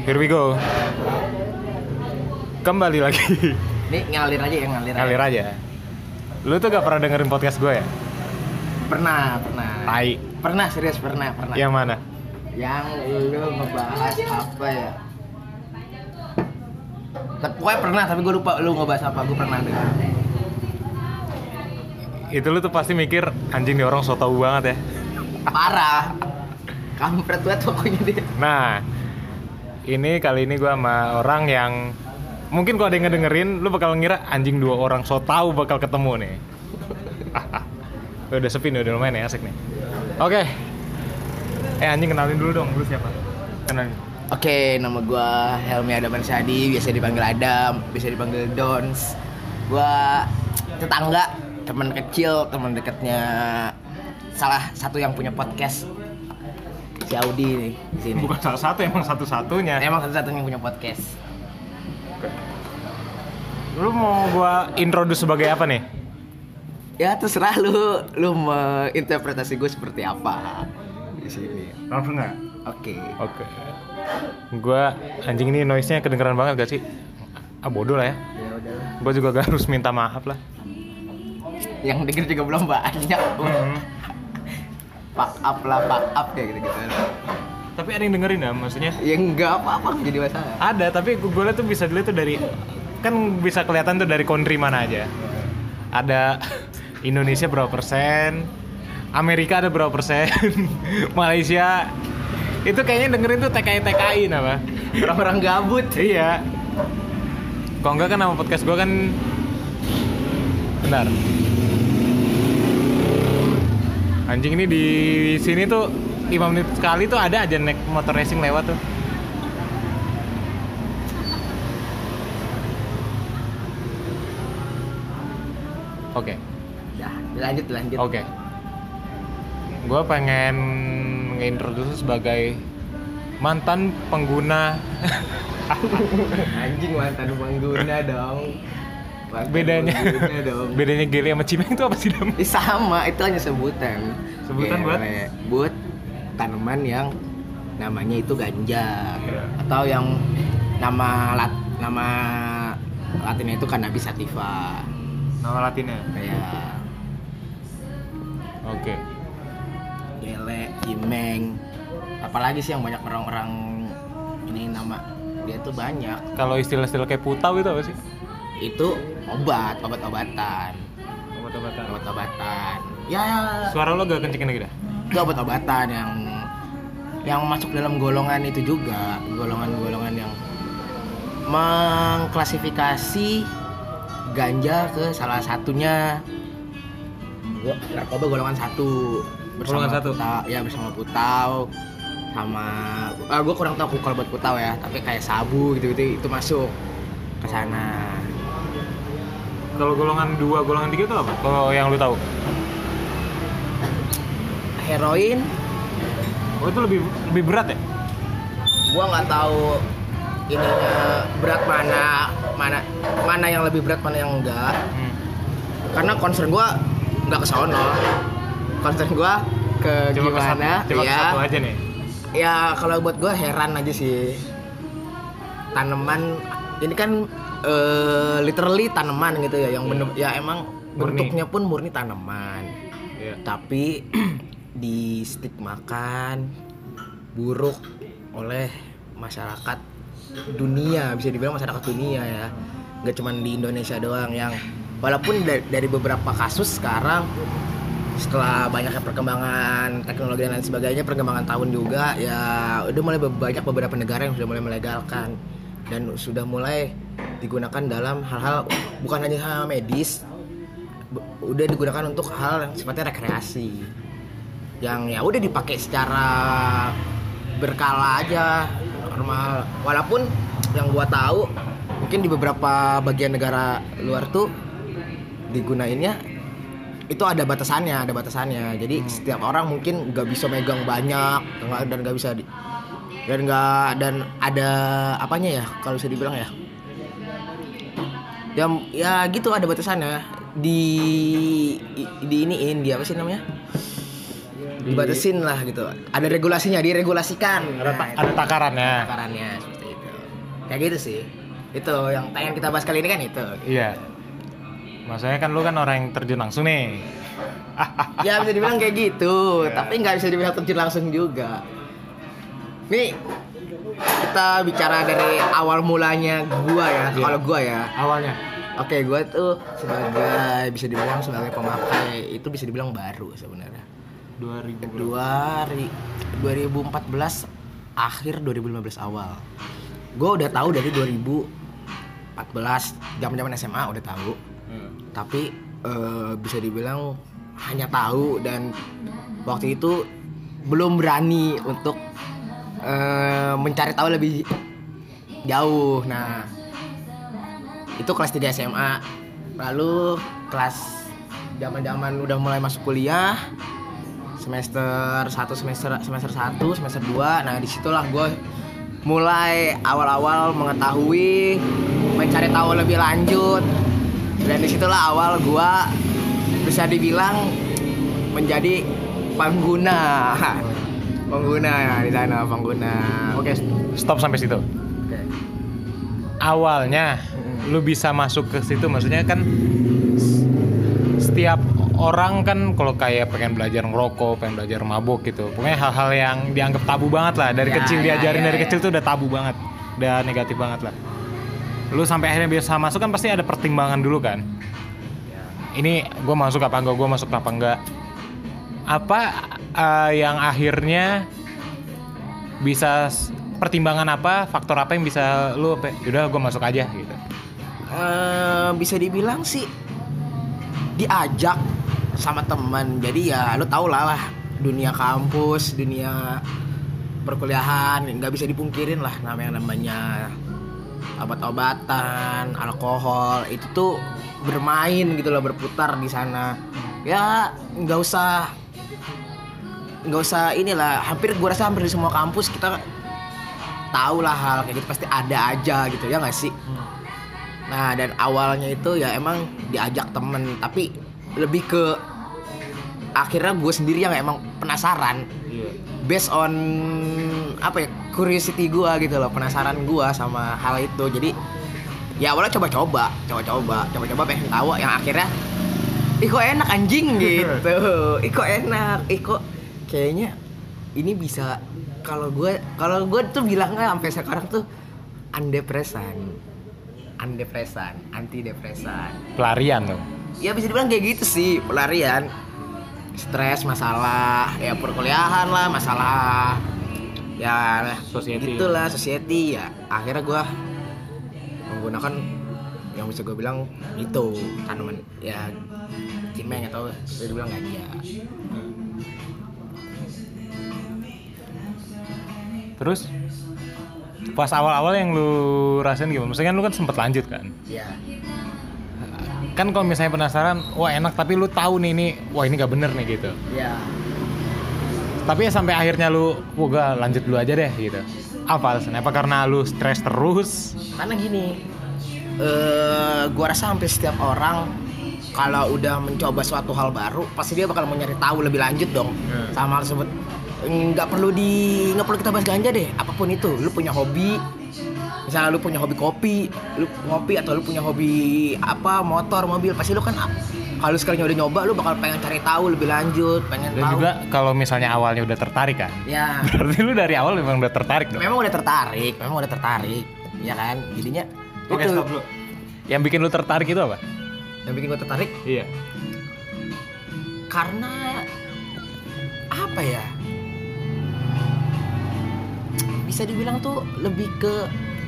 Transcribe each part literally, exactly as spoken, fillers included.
Here we go. Kembali lagi. Nih ngalir aja ya ngalir. Ngalir aja. Lu tuh gak pernah dengerin podcast gue ya? Pernah, pernah. Tai. Pernah serius pernah, pernah. Yang mana? Yang lu ngebahas apa ya? Tapi pokoknya pernah, tapi gue lupa lu ngebahas apa. Gue pernah dengar. Itu lu tuh pasti mikir anjing nih orang so tau banget ya. Parah. Kampret banget pokoknya dia. Nah, ini kali ini gue sama orang yang mungkin kalau ada yang ngedengerin, lu bakal ngira anjing dua orang so tau bakal ketemu nih. Udah sepi nih, udah lumayan ya, asik nih. Oke. Eh anjing kenalin dulu dong, lu siapa? Kenalin. Oke, nama gue Helmi Adam Syadi, biasa dipanggil Adam, bisa dipanggil Dons. Gue tetangga, teman kecil, teman dekatnya salah satu yang punya podcast. Si Audi nih di sini. Bukan salah satu, emang satu-satunya. Emang satu-satunya yang punya podcast. Lu mau gua introduce sebagai apa nih? Ya terserah lu, lu menginterpretasi gue seperti apa di sini. Langsung nggak? Oke. Oke. Gua anjing ini noise-nya kedengeran banget gak sih? Ah bodoh lah ya. Ya udah. Gua juga gak harus minta maaf lah. Yang denger juga belum banyak. Hmm. Pak up lah, pak up kayak gitu-gitu. Tapi ada yang dengerin ya, maksudnya? Ya enggak apa-apa jadi masalah. Ada, tapi gue liat tuh bisa dilihat tuh dari, kan bisa kelihatan tuh dari country mana aja. Ada Indonesia berapa persen, Amerika ada berapa persen, Malaysia itu kayaknya dengerin tuh T K I T K I apa? Orang-orang gabut. Iya. Kalau enggak kan nama podcast gue kan, benar. Anjing ini di sini tuh lima menit sekali tuh ada aja naik motor racing lewat tuh. Oke. Okay. Ya, lanjut lanjut. Oke. Okay. Gue pengen nge-introduce sebagai mantan pengguna. Anjing mantan pengguna dong. Mantan bedanya pengguna dong. Bedanya gele sama cimeng itu apa sih, Dam? Eh, sama, itu hanya sebutan. Sebutan buat? Buat tanaman yang namanya itu ganja. Yeah. Atau yang nama lat, nama latinnya itu cannabis sativa. Nama latinnya? Kayak Oke. Okay. gele, cimeng. Apalagi sih yang banyak orang-orang ini nama dia tuh banyak. Kalau istilah-istilah kayak putau itu apa sih? Itu obat, obat-obatan. Obat-obatan. Obat-obatan. Ya, ya. Suara lo agak kencengin lagi dah. Itu obat-obatan yang yang masuk dalam golongan itu juga, golongan-golongan yang mengklasifikasi ganja ke salah satunya narkoba golongan satu bersama golongan satu. Putau, ya bersama putau sama ah, gue kurang tahu kalau buat putau ya, tapi kayak sabu gitu-gitu itu masuk ke sana. Kalau golongan dua, golongan tiga itu apa? Kalau yang lu tahu? Heroin. Oh itu lebih lebih berat ya? Gua nggak tahu ininya berat mana mana mana yang lebih berat mana yang enggak. Hmm. Karena concern gua nggak ke sono. Concern gua ke Coba gimana ke satu, coba ya. ke satu aja nih. Ya kalau buat gua heran aja sih. Tanaman ini kan uh, literally tanaman gitu ya yang bener, ya emang Murni. bentuknya pun murni tanaman. Yeah. Tapi distigmakan buruk oleh masyarakat dunia, bisa dibilang masyarakat dunia ya, nggak cuma di Indonesia doang. Yang walaupun dari, dari beberapa kasus sekarang setelah banyaknya perkembangan teknologi dan lain sebagainya, perkembangan tahun juga ya udah mulai banyak beberapa negara yang sudah mulai melegalkan dan sudah mulai digunakan dalam hal-hal bukan hanya hal medis, udah digunakan untuk hal yang sifatnya rekreasi, yang ya udah dipakai secara berkala aja normal. Walaupun yang gua tahu mungkin di beberapa bagian negara luar tuh digunainnya itu ada batasannya, ada batasannya. Jadi hmm. setiap orang mungkin nggak bisa megang banyak dan nggak bisa di, dan nggak dan ada apanya ya kalau bisa dibilang ya. Ya, ya gitu ada batasannya di di iniin dia apa sih namanya? Dibatasin lah gitu. Ada regulasinya, diregulasikan. Ada, ta- ada takarannya. Takarannya seperti itu. Kayak gitu sih. Itu yang pengen kita bahas kali ini kan itu. Iya. Maksudnya kan lu kan orang yang terjun langsung nih. Ya bisa dibilang kayak gitu, Ya. tapi nggak bisa dibilang terjun langsung juga. Nih kita bicara dari awal mulanya gua ya, Iya. kalau gua ya. Awalnya. Oke, gua tuh sebagai bisa dibilang sebagai pemakai itu bisa dibilang baru sebenarnya. dua ribu Dua ri- dua ribu empat belas akhir dua ribu lima belas awal. Gua udah tahu dari dua ribu empat belas zaman-zaman S M A udah tahu. Hmm. Tapi eh, bisa dibilang hanya tahu dan waktu itu belum berani untuk eh, mencari tahu lebih jauh. Nah, itu kelas tiga S M A. Lalu kelas zaman-zaman udah mulai masuk kuliah, semester satu, semester semester satu, semester dua. Nah, disitulah gue mulai awal-awal mengetahui, mencari tahu lebih lanjut. Dan disitulah awal gue bisa dibilang menjadi pengguna. Pengguna ya di sana, pengguna. Oke, stop sampai situ. Oke. Awalnya lu bisa masuk ke situ, maksudnya kan s- setiap orang kan kalau kayak pengen belajar ngerokok, pengen belajar mabuk gitu, pokoknya hal-hal yang dianggap tabu banget lah dari Ya, kecil ya, diajarin ya, dari ya. kecil tuh udah tabu banget, udah negatif banget lah. Lu sampai akhirnya bisa masuk kan pasti ada pertimbangan dulu kan. Ini gue masuk apa enggak, gue masuk apa enggak. Apa eh, yang akhirnya bisa pertimbangan apa, faktor apa yang bisa lu apa, udah gue masuk aja gitu. Eh, bisa dibilang sih diajak sama teman. Jadi ya lu tau lah lah dunia kampus, dunia perkuliahan nggak bisa dipungkirin lah namanya namanya obat-obatan, alkohol itu tuh bermain gitu loh, berputar di sana. Ya nggak usah nggak usah inilah, hampir gua rasa hampir di semua kampus kita tahu lah hal kayak gitu pasti ada aja gitu ya nggak sih. Nah, dan awalnya itu ya emang diajak temen, tapi lebih ke akhirnya gue sendiri yang emang penasaran. Iya. Based on apa ya, curiosity gue gitu loh, penasaran gue sama hal itu. Jadi ya awalnya coba-coba, coba-coba, coba-coba pengen tahu, yang akhirnya ih kok enak anjing gitu. Ih kok enak, ih kok kayaknya ini bisa, kalau gue kalau gue tuh bilangnya sampai sekarang tuh andepresan. Andepresan, antidepresan. Pelarian tuh. Ya bisa dibilang kayak gitu sih, pelarian. Stres, masalah ya perkuliahan lah, masalah ya Society. itulah society ya. Akhirnya gue menggunakan yang bisa gue bilang itu tanaman ya cimeng atau bisa dibilang ganja. Terus pas awal-awal yang lu rasain gimana? Maksudnya kan lu kan sempet lanjut kan? Ya. Kan kalau misalnya penasaran, wah enak tapi lu tahu nih ini, wah ini gak bener nih gitu. Ya. Tapi ya sampai akhirnya lu, wah gua lanjut dulu aja deh gitu. Apa alasannya? Apa karena lu stres terus? Karena gini, eh gua rasa hampir setiap orang kalau udah mencoba suatu hal baru, pasti dia bakal mau nyari tahu lebih lanjut dong. Hmm. Sama hal tersebut. Nggak perlu di nggak perlu kita bahas ganja deh, apapun itu. Lu punya hobi, misalnya lu punya hobi kopi, lu ngopi, atau lu punya hobi apa, motor, mobil, pasti lu kan kalau sekalinya udah nyoba, lu bakal pengen cari tahu lebih lanjut, pengen Dan tahu. juga kalau misalnya awalnya udah tertarik kan? Ya, Berarti lu dari awal memang udah tertarik dong? memang udah tertarik, memang udah tertarik, ya kan? Jadinya Oke, itu stop dulu. Yang bikin lu tertarik itu apa? yang bikin gua tertarik Iya. karena apa ya? Bisa dibilang tuh lebih ke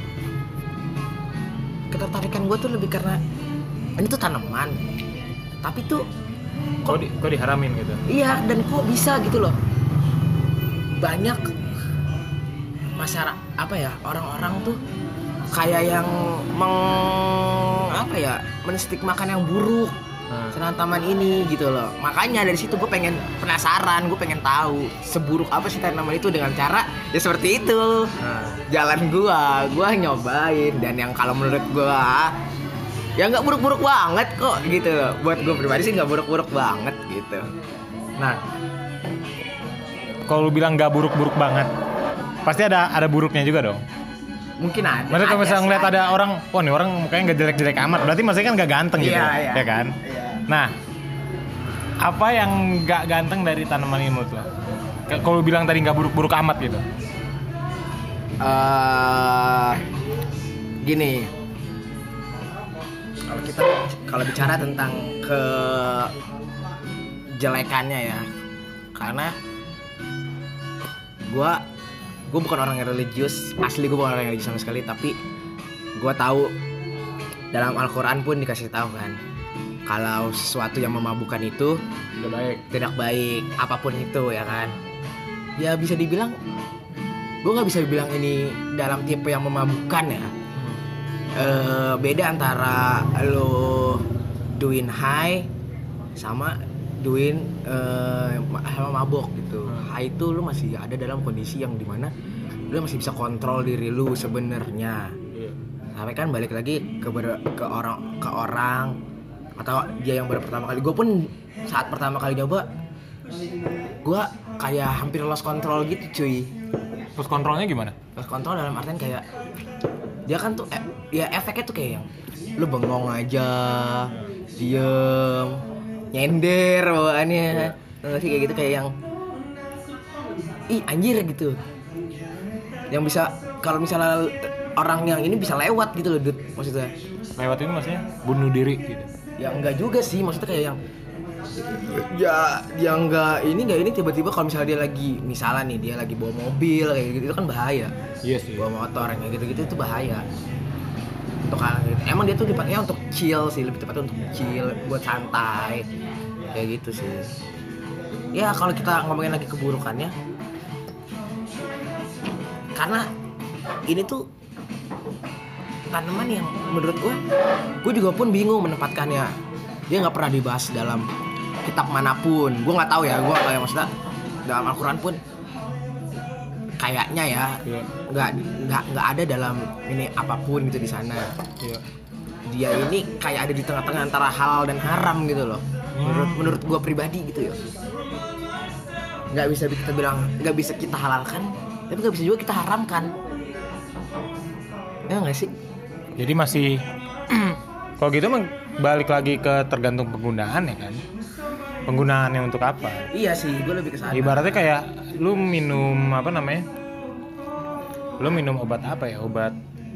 ketertarikan gue tuh lebih karena ini tuh tanaman, tapi tuh Kok, di, kok diharamin gitu? iya, dan kok bisa gitu loh. Banyak masyarakat apa ya, orang-orang tuh kayak yang meng apa ya, menstigmakan yang buruk Hmm. tanaman ini gitu loh. Makanya dari situ gue pengen penasaran, gue pengen tahu seburuk apa sih tanaman itu dengan cara ya seperti itu. Nah. Jalan gua, gua nyobain, dan yang kalau menurut gua ya nggak buruk-buruk banget kok gitu loh. Buat gua pribadi sih nggak buruk-buruk banget gitu. Nah, kalau lu bilang gak buruk-buruk banget, pasti ada ada buruknya juga dong. mungkin ada. Maksudnya kalau ada misalnya sih, ngeliat ada ada. orang, wah nih orang mukanya nggak jelek-jelek amat, berarti maksudnya kan nggak ganteng gitu, Iya, iya. ya kan? Iya. Nah, apa yang nggak ganteng dari tanaman ini menurut lo? Kayak kalau lu bilang tadi nggak buruk-buruk amat gitu. Eh, gini, kalau kita kalau bicara tentang kejelekannya ya, karena gue gue bukan orang yang religius, asli gue bukan orang yang religius sama sekali, tapi gue tahu dalam Al-Quran pun dikasih tahu kan, kalau sesuatu yang memabukkan itu Udah baik. tidak baik, apapun itu ya kan. Ya bisa dibilang, gue nggak bisa bilang ini dalam tipe yang memabukkan ya. Eh, beda antara lo doing high sama doing eh, ma- sama mabok gitu. High itu lo masih ada dalam kondisi yang dimana lo masih bisa kontrol diri lo sebenarnya. Iya. Tapi kan balik lagi ke ber- ke orang ke orang atau dia yang baru pertama kali. Gue pun saat pertama kali nyoba, gue kayak hampir lost control gitu cuy. Terus kontrolnya gimana? Lost control dalam artian kayak dia kan tuh eh, ya efeknya tuh kayak yang lu bengong aja, diem, nyender bawaannya, nggak sih kayak gitu, kayak yang ih anjir gitu, yang bisa kalau misalnya orang yang ini bisa lewat gitu loh, Dut, maksudnya. Lewat ini maksudnya bunuh diri gitu. Ya enggak juga sih, maksudnya kayak yang ya dia enggak ini enggak ini tiba-tiba kalau misalnya dia lagi misalnya nih dia lagi bawa mobil kayak gitu itu kan bahaya. Iya sih. Bawa motor kayak gitu-gitu itu bahaya. Untuk hal gitu. Emang dia tuh dipakai untuk chill sih, lebih tepatnya untuk chill, buat santai. Kayak gitu sih. Ya kalau kita ngomongin lagi keburukannya, karena ini tuh tanaman yang menurut gue, gue juga pun bingung menempatkannya. Dia nggak pernah dibahas dalam kitab manapun. Gue nggak tahu ya, gue kayak maksudnya dalam Al-Quran pun kayaknya ya Iya. nggak nggak nggak ada dalam ini apapun gitu di sana. Iya. Dia ini kayak ada di tengah-tengah antara halal dan haram gitu loh. Menurut menurut gue pribadi gitu ya. Nggak bisa kita bilang, nggak bisa kita halalkan, tapi nggak bisa juga kita haramkan. Ya nggak sih? Jadi masih kalau gitu emang balik lagi ke tergantung penggunaan ya kan. Penggunaannya untuk apa? Iya sih, gue lebih ke sana. Ibaratnya kayak lu minum apa namanya? Lu minum obat apa ya? Obat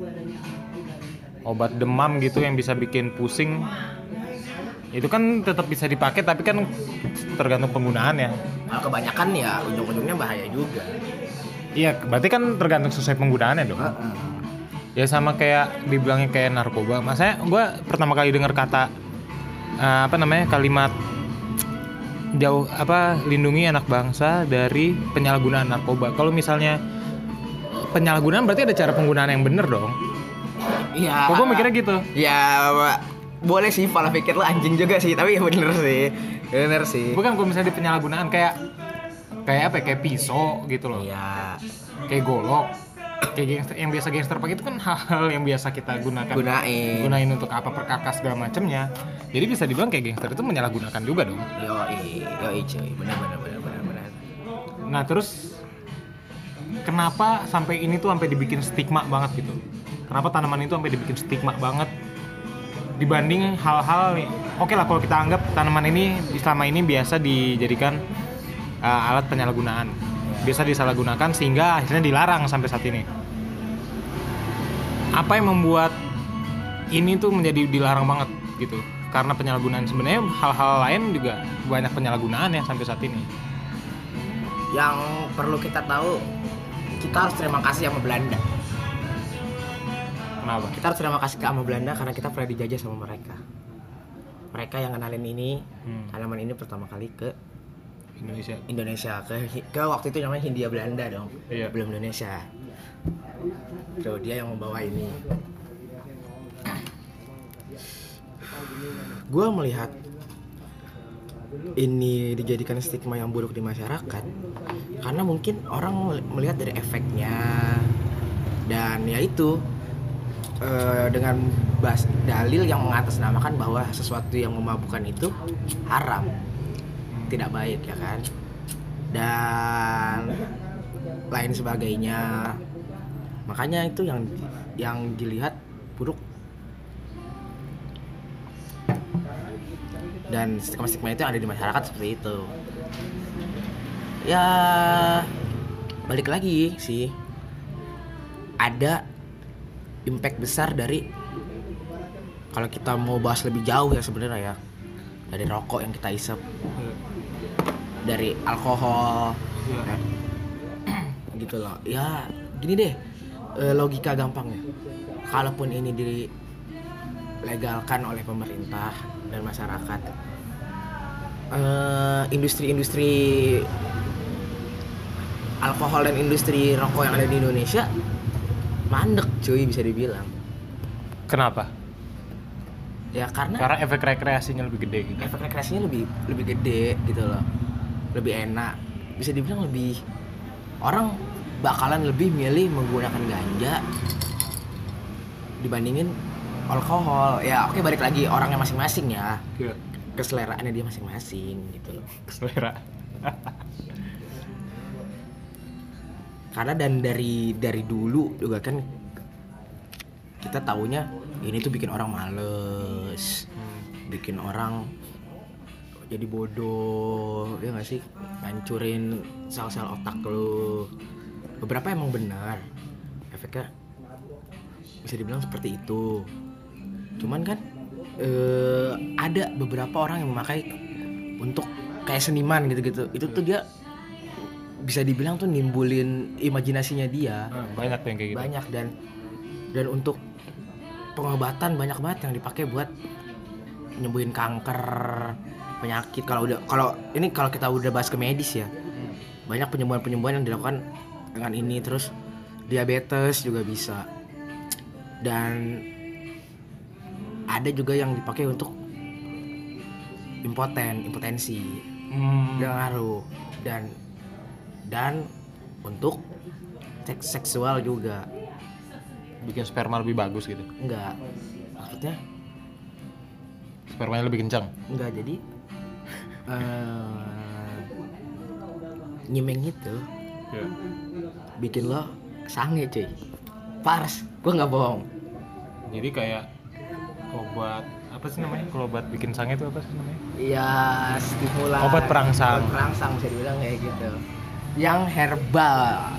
obat demam gitu yang bisa bikin pusing. Itu kan tetap bisa dipakai tapi kan tergantung penggunaannya. Kalau kebanyakan ya ujung-ujungnya bahaya juga. Iya, berarti kan tergantung sesuai penggunaannya dong. Uh-uh. Ya sama kayak dibilangnya kayak narkoba. Masanya gue pertama kali dengar kata uh, apa namanya kalimat jauh apa lindungi anak bangsa dari penyalahgunaan narkoba. Kalau misalnya penyalahgunaan berarti ada cara penggunaan yang bener dong. Iya. Kok gue mikirnya gitu. Ya boleh sih, pola pikir lu anjing juga sih, tapi ya bener sih, bener sih. Bukan kalau misalnya di penyalahgunaan kayak kayak apa? Ya, kayak pisau gitu loh. Iya. Kayak golok. Kayak gangster, yang biasa gangster pakai itu kan hal-hal yang biasa kita gunakan. Gunain. Gunain untuk apa, perkakas segala macamnya. Jadi bisa dibilang kayak gangster itu menyalahgunakan juga dong. Yoi, yoi cuy, bener bener bener bener bener. Nah terus kenapa sampai ini tuh sampai dibikin stigma banget gitu? Kenapa tanaman itu sampai dibikin stigma banget dibanding hal-hal? Oke lah kalau kita anggap tanaman ini selama ini biasa dijadikan uh, alat penyalahgunaan, biasa disalahgunakan sehingga akhirnya dilarang sampai saat ini. Apa yang membuat ini tuh menjadi dilarang banget gitu? Karena penyalahgunaan. Sebenarnya hal-hal lain juga banyak penyalahgunaan ya sampai saat ini. Yang perlu kita tahu, kita harus terima kasih sama Belanda. Kenapa? Kita harus terima kasih sama Belanda karena kita pernah dijajah sama mereka. Mereka yang kenalin ini, hmm. tanaman ini pertama kali ke Indonesia. Indonesia ke, ke waktu itu namanya Hindia Belanda dong, Iya. belum Indonesia. Tuh dia yang membawa ini. Gue melihat ini dijadikan stigma yang buruk di masyarakat karena mungkin orang melihat dari efeknya dan ya itu uh, dengan bas dalil yang mengatasnamakan bahwa sesuatu yang memabukkan itu haram, tidak baik ya kan, dan lain sebagainya. Makanya itu yang yang dilihat buruk. Dan stigma-stigma itu yang ada di masyarakat seperti itu. Ya balik lagi sih, ada impact besar dari, kalau kita mau bahas lebih jauh ya sebenarnya ya, dari rokok yang kita isep, dari alkohol, ya. Gitu loh. Ya gini deh, logika gampangnya, kalaupun ini dilegalkan oleh pemerintah dan masyarakat, uh, industri-industri alkohol dan industri rokok yang ada di Indonesia mandek cuy, bisa dibilang. Kenapa? Ya karena Karena efek rekreasinya lebih gede gitu. Efek rekreasinya lebih lebih gede gitu loh, lebih enak, bisa dibilang lebih, orang bakalan lebih milih menggunakan ganja dibandingin alkohol. Ya oke, balik lagi orangnya masing-masing ya, Iya. keseleraannya dia masing-masing gitu loh. Selera. Karena dan dari dari dulu juga kan kita taunya ini tuh bikin orang males, bikin orang jadi bodoh, ya nggak sih, ngancurin sel-sel otak lo. Beberapa emang benar efeknya bisa dibilang seperti itu. Cuman kan eh, ada beberapa orang yang memakai untuk kayak seniman gitu-gitu. Itu tuh dia bisa dibilang tuh nimbulin imajinasinya dia. Banyak yang kayak gitu. Banyak, dan dan untuk pengobatan banyak banget yang dipakai buat nyembuhin kanker, penyakit. Kalau udah kalau ini kalau kita udah bahas ke medis ya, banyak penyembuhan-penyembuhan yang dilakukan dengan ini. Terus diabetes juga bisa, dan ada juga yang dipakai untuk impoten, impotensi, Hmm. udah ngaruh, dan dan untuk seks seksual juga. Bikin sperma lebih bagus gitu. Enggak, maksudnya Spermanya lebih kencang. enggak, jadi uh, nyimeng itu Iya. bikin lo sange cuy, pars, gue nggak bohong. Jadi kayak obat apa sih namanya? Kalau obat bikin sange itu apa sih namanya? Ya stimulan, Obat perangsang. obat perangsang bisa dibilang kayak gitu, yang herbal,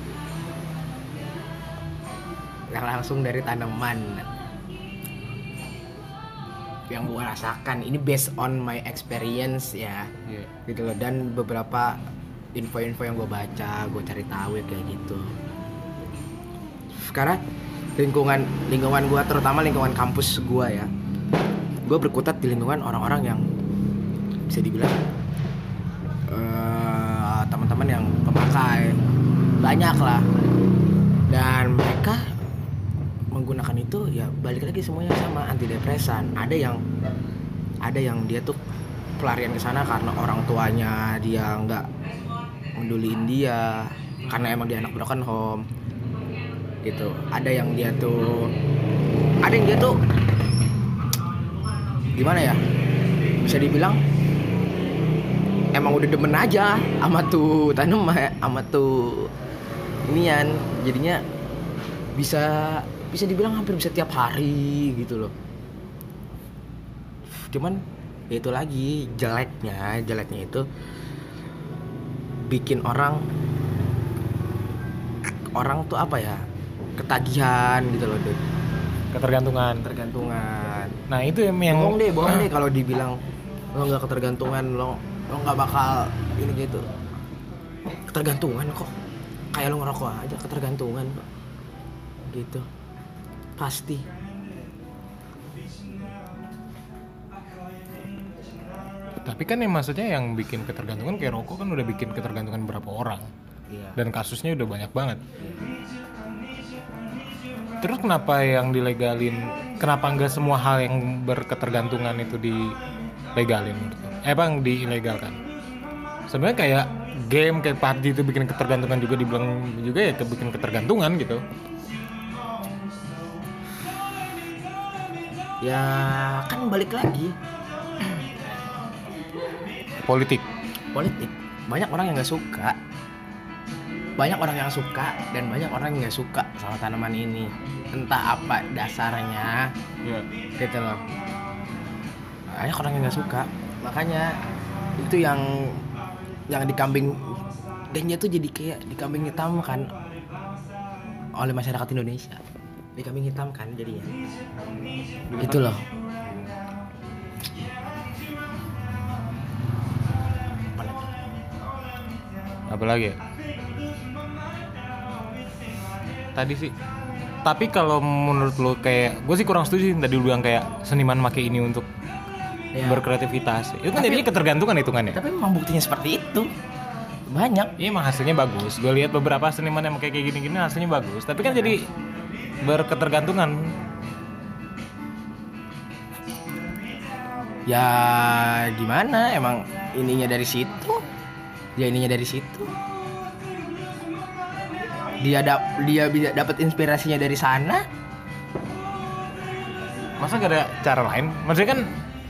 yang langsung dari tanaman. Yang gue rasakan ini based on my experience ya, Iya. gitu loh, dan beberapa info-info yang gue baca, gue cari tahu ya kayak gitu. Karena lingkungan lingkungan gue, terutama lingkungan kampus gue ya, gue berkutat di lingkungan orang-orang yang bisa dibilang uh, teman-teman yang pemakai banyak lah, dan mereka menggunakan itu ya balik lagi semuanya sama, antidepresan. Ada yang ada yang dia tuh pelarian ke sana karena orang tuanya dia nggak menduliin dia, karena emang dia anak broken home gitu. Ada yang dia tuh ada yang dia tuh gimana ya, bisa dibilang emang udah demen aja sama tuh tanaman, sama tuh inian, jadinya bisa bisa dibilang hampir bisa tiap hari gitu loh. Cuman ya itu lagi jeleknya, jeleknya itu bikin orang orang tuh apa ya, ketagihan gitu loh, Dut. Ketergantungan. Tergantungan. Nah itu yang yang Bohong deh, bohong deh kalau dibilang lo nggak ketergantungan, lo lo nggak bakal ini gitu. Ketergantungan kok, kayak lo ngerokok aja ketergantungan kok, gitu pasti. Tapi kan yang maksudnya yang bikin ketergantungan kayak rokok kan udah bikin ketergantungan berapa orang. Iya. Dan kasusnya udah banyak banget. Terus kenapa yang dilegalin? Kenapa nggak semua hal yang berketergantungan itu dilegalin? Eh bang, diilegalkan? Sebenarnya kayak game, kayak P U B G itu bikin ketergantungan juga, dibilang juga ya bikin ketergantungan gitu. Ya kan balik lagi Politik. politik. Banyak orang yang nggak suka banyak orang yang suka dan banyak orang yang nggak suka sama tanaman ini. Entah apa dasarnya, Iya. gitu loh. Banyak orang yang nggak suka, makanya itu yang yang dikambing ganja tuh jadi kayak dikambing hitam kan oleh masyarakat Indonesia. Dikambing hitam kan jadinya. Itu loh. Apa lagi ya? Tadi sih. Tapi kalau menurut lo kayak, gue sih kurang setuju tadi lu yang kayak seniman make ini untuk Ya. berkreativitas. Itu kan Tapi- jadinya ketergantungan hitungannya. Tapi memang buktinya seperti itu. Banyak. Iya emang hasilnya bagus. Gue lihat beberapa seniman yang kayak gini-gini hasilnya bagus. Tapi kan jadi berketergantungan. Ya gimana? Emang ininya dari situ. Ya ininya dari situ. Dia dap dia bisa dapat inspirasinya dari sana. Masa gak ada cara lain? Maksudnya kan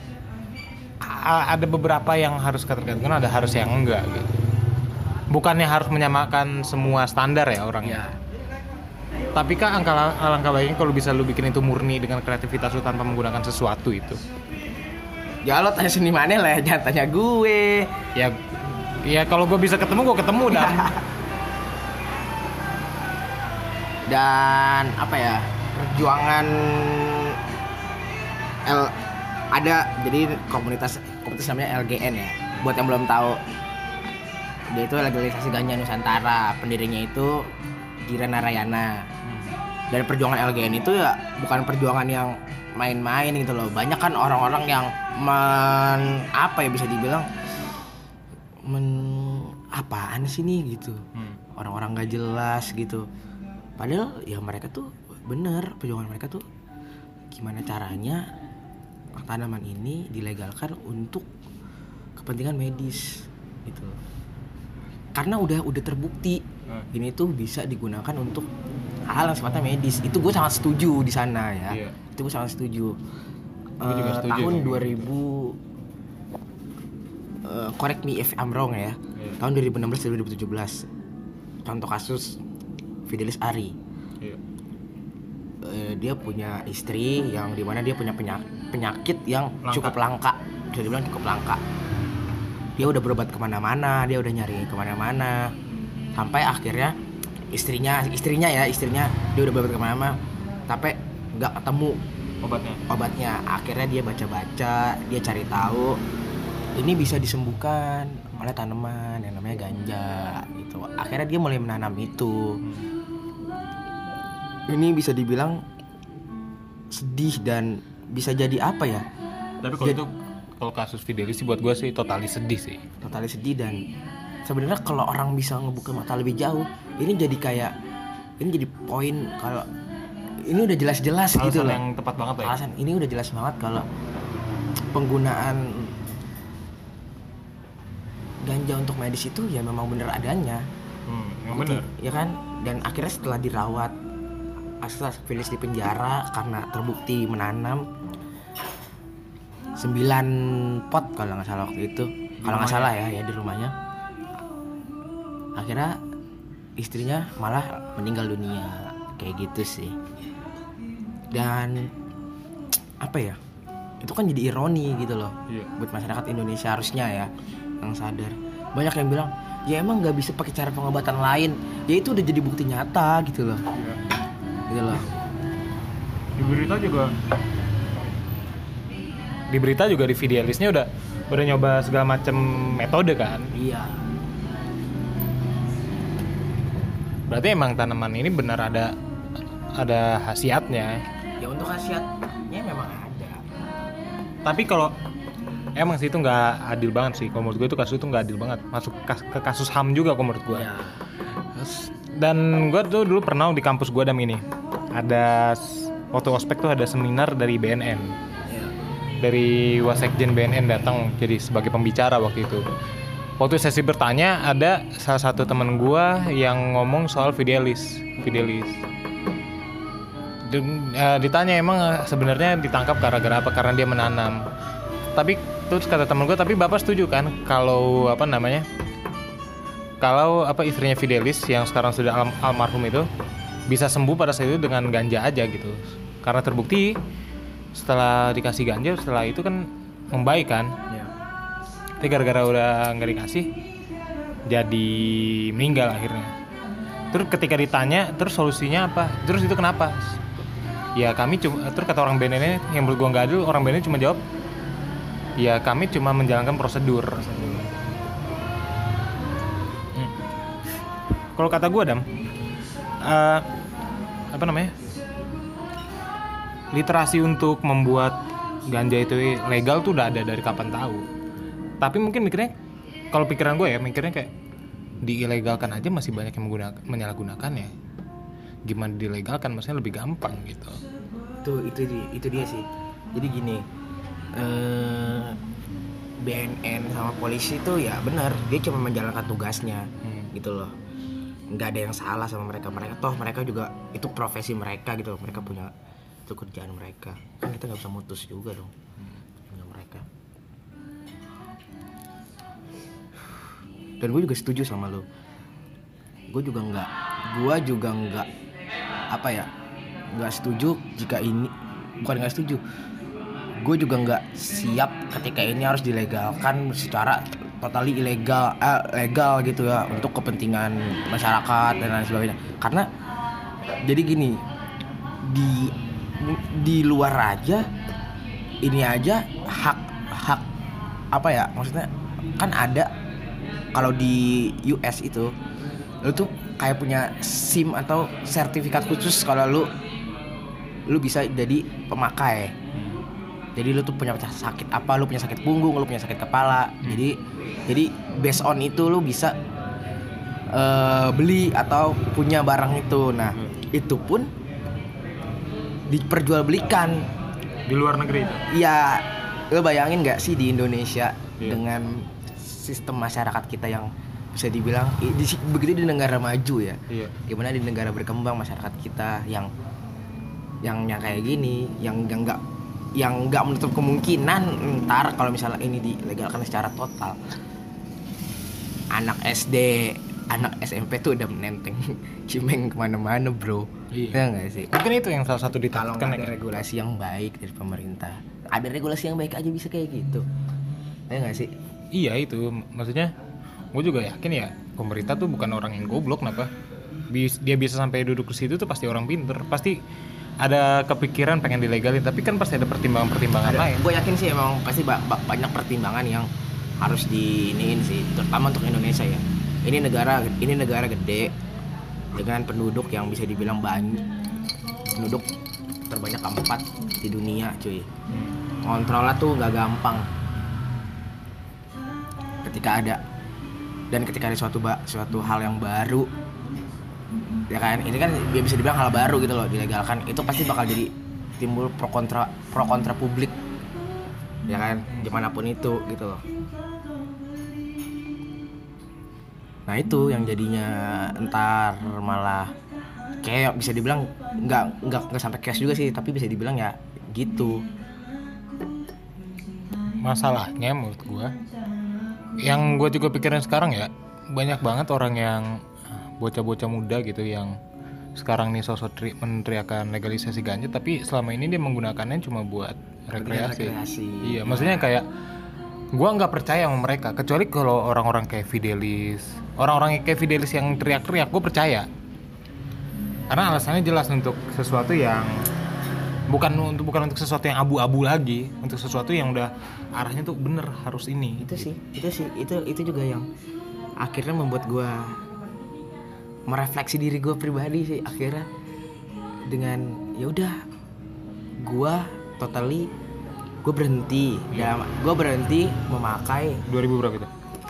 a- ada beberapa yang harus ketergantungan, ada harus yang enggak gitu. Bukannya harus menyamakan semua standar ya orangnya. Tapi kan angka alangkah baiknya kalau bisa lu bikin itu murni dengan kreativitas lu tanpa menggunakan sesuatu itu. Ya lo tanya senimannya lah, jangan tanya gue. Ya, ya kalau gue bisa ketemu gue ketemu dan Dan apa ya, perjuangan L ada jadi komunitas komunitas namanya L G N ya. Buat yang belum tahu, dia itu legalisasi ganja Nusantara. Pendirinya itu Giran Narayana. Dan perjuangan L G N itu ya bukan perjuangan yang main-main gitu loh. Banyak kan orang-orang yang men apa ya bisa dibilang men apaan sih nih gitu. hmm. Orang-orang gak jelas gitu. Padahal ya mereka tuh bener, perjuangan mereka tuh gimana caranya tanaman ini dilegalkan untuk kepentingan medis gitu. Karena udah udah terbukti Hmm. ini tuh bisa digunakan untuk hal yang sifatnya medis. Itu gue sangat setuju di sana ya. Iya. Itu gue sangat setuju. Gue juga Eh, setuju tahun sih. dua ribu eh, correct me if I'm wrong ya. Iya. Tahun dua ribu enam belas dua ribu tujuh belas. Contoh kasus Fidelis Ari. Iya. Eh, dia punya istri yang dimana dia punya penya- penyakit yang Langka. cukup langka, bisa dibilang cukup langka. Dia udah berobat kemana-mana, dia udah nyari kemana-mana, sampai akhirnya istrinya, istrinya ya istrinya dia udah berobat kemana-mana, tapi nggak ketemu Obatnya. obatnya. Akhirnya dia baca-baca, dia cari tahu ini bisa disembuhkan oleh tanaman yang namanya ganja gitu. Akhirnya dia mulai menanam itu. Ini bisa dibilang sedih dan bisa jadi apa ya? Tapi kalau Jadi- itu kalau kasus Fidelis sih buat gue sih totali sedih sih. Totalnya sedih. Dan sebenarnya kalau orang bisa ngebuka mata lebih jauh, ini jadi kayak ini jadi poin kalau ini udah jelas-jelas gitu Alasan loh. yang tepat banget ya. Alasan ini udah jelas banget kalau penggunaan ganja untuk medis itu ya memang bener adanya. Hmm, yang bener. Ya kan? Dan akhirnya setelah dirawat, setelah Fidelis di penjara karena terbukti menanam sembilan pot kalau nggak salah waktu itu, kalau nggak salah ya, ya di rumahnya. Akhirnya istrinya malah meninggal dunia, kayak gitu sih. Dan apa ya? Itu kan jadi ironi gitu loh. Iya. Buat masyarakat Indonesia harusnya ya yang sadar. Banyak yang bilang ya emang nggak bisa pakai cara pengobatan lain. Ya itu udah jadi bukti nyata gitu loh. Iya. Gitu loh. Di berita juga di berita juga di Fidelisnya udah udah nyoba segala macam metode kan. Iya. Berarti emang tanaman ini benar ada ada khasiatnya. Ya untuk khasiatnya memang ada. Tapi kalau emang sih itu nggak adil banget sih. Kalau menurut gue itu kasus itu nggak adil banget. Masuk kas- ke kasus H A M juga kalau menurut gue. Ya. Dan gue tuh dulu pernah di kampus gue ada ini. Ada s- waktu ospek tuh ada seminar dari B N N. Ya. Dari Wasekjen B N N datang jadi sebagai pembicara waktu itu. Waktu sesi bertanya ada salah satu teman gua yang ngomong soal Fidelis, Fidelis. Dan, eh, ditanya emang eh, sebenarnya ditangkap gara-gara apa? Karena dia menanam. Tapi terus kata teman gua, tapi bapak setuju kan kalau apa namanya? kalau apa istrinya Fidelis yang sekarang sudah al- almarhum itu bisa sembuh pada saat itu dengan ganja aja gitu. Karena terbukti setelah dikasih ganja setelah itu kan membaik kan. Ya. Tapi gara-gara udah nggak dikasih jadi meninggal akhirnya. Terus ketika ditanya terus solusinya apa? Terus itu kenapa? Ya kami cuma terus kata orang B N N yang menurut gua nggak adil, orang B N N cuma jawab ya kami cuma menjalankan prosedur. Hmm. Kalau kata gua Dam, uh, apa namanya? Literasi untuk membuat ganja itu legal tuh udah ada dari kapan tahu. Tapi mungkin mikirnya, kalau pikiran gue ya mikirnya kayak diilegalkan aja masih banyak yang menggunakan, menyalahgunakan ya. Gimana dilegalkan maksudnya lebih gampang gitu. Itu itu di- itu dia sih. Jadi gini, eh, B N N sama polisi itu ya benar, dia cuma menjalankan tugasnya, Hmm. gitu loh. Nggak ada yang salah sama mereka. Mereka toh mereka juga itu profesi mereka gitu loh. Mereka punya itu kerjaan mereka. Kan kita nggak bisa mutus juga dong. Punya mereka. Dan gue juga setuju sama lo. Gue juga nggak, gue juga nggak apa ya, nggak setuju jika ini, bukan nggak setuju. Gue juga nggak siap ketika ini harus dilegalkan secara totally ilegal, eh, legal gitu ya untuk kepentingan masyarakat dan lain sebagainya. Karena jadi gini, di di luar aja ini aja hak hak apa ya maksudnya kan ada kalau di U S itu lu tuh kayak punya SIM atau sertifikat khusus kalau lu lu bisa jadi pemakai. Jadi lu tuh punya sakit apa, lu punya sakit punggung, lu punya sakit kepala. Jadi jadi based on itu lu bisa uh, beli atau punya barang itu. Nah, itu pun diperjualbelikan Di luar negeri itu. ya. Lu bayangin nggak sih di Indonesia Iya. dengan sistem masyarakat kita yang bisa dibilang i- di, begitu di negara maju ya, Iya. gimana di negara berkembang masyarakat kita yang yang yang kayak gini, yang yang nggak yang nggak menutup kemungkinan ntar kalau misalnya ini dilegalkan secara total, anak S D, anak S M P tuh udah menenteng cimeng kemana-mana bro. Iya. Ya nggak sih? Mungkin itu yang salah satu Kalau ditakutkan nggak ada ya. regulasi yang baik dari pemerintah, ada regulasi yang baik aja bisa kayak gitu, ya nggak sih? Iya itu, maksudnya gue juga yakin ya pemerintah tuh bukan orang yang goblok, kenapa Bis, dia bisa sampai duduk di situ tuh pasti orang pinter, pasti ada kepikiran pengen dilegalin, tapi kan pasti ada pertimbangan-pertimbangan lain. Gue yakin sih emang pasti ba- ba- banyak pertimbangan yang harus diiniin sih, terutama untuk Indonesia ya. Ini negara ini negara gede dengan penduduk yang bisa dibilang banyak, penduduk terbanyak keempat di dunia cuy. Kontrolnya tuh nggak gampang. Ketika ada dan ketika ada suatu ba- suatu hal yang baru, ya kan, ini kan ya bisa dibilang hal baru gitu loh, dilegalkan, itu pasti bakal jadi timbul pro kontra pro kontra publik, ya kan, dimanapun itu gitu loh. Nah itu yang jadinya entar malah kayak bisa dibilang nggak nggak nggak sampai cash juga sih, tapi bisa dibilang ya gitu. Masalahnya menurut gue, yang gue juga pikirin sekarang ya, banyak banget orang yang bocah-bocah muda gitu yang sekarang nih sosok tri- meneriakan legalisasi ganja, tapi selama ini dia menggunakannya cuma buat rekreasi. Rekreasi. Iya, maksudnya kayak gue nggak percaya sama mereka, kecuali kalau orang-orang kayak Fidelis, orang-orang kayak Fidelis yang teriak-teriak, gue percaya. Karena alasannya jelas untuk sesuatu yang bukan untuk bukan untuk sesuatu yang abu-abu lagi, untuk sesuatu yang udah arahnya tuh bener harus ini. Itu sih, itu sih, itu itu juga yang akhirnya membuat gue merefleksi diri gue pribadi sih akhirnya, dengan ya udah gue totally gue berhenti dalam gue berhenti memakai dua ribu berapa itu?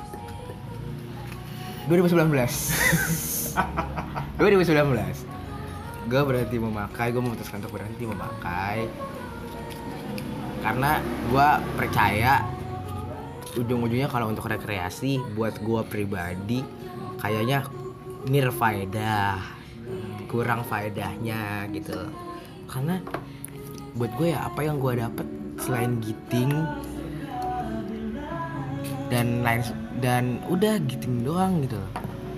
dua ribu sembilan belas dua ribu sembilan belas gue berhenti memakai, gue memutuskan untuk berhenti memakai karena gue percaya ujung-ujungnya kalau untuk rekreasi buat gue pribadi kayaknya nirfaedah, kurang faedahnya gitu. Karena buat gue ya apa yang gue dapet selain giting dan lain dan udah giting doang gitu.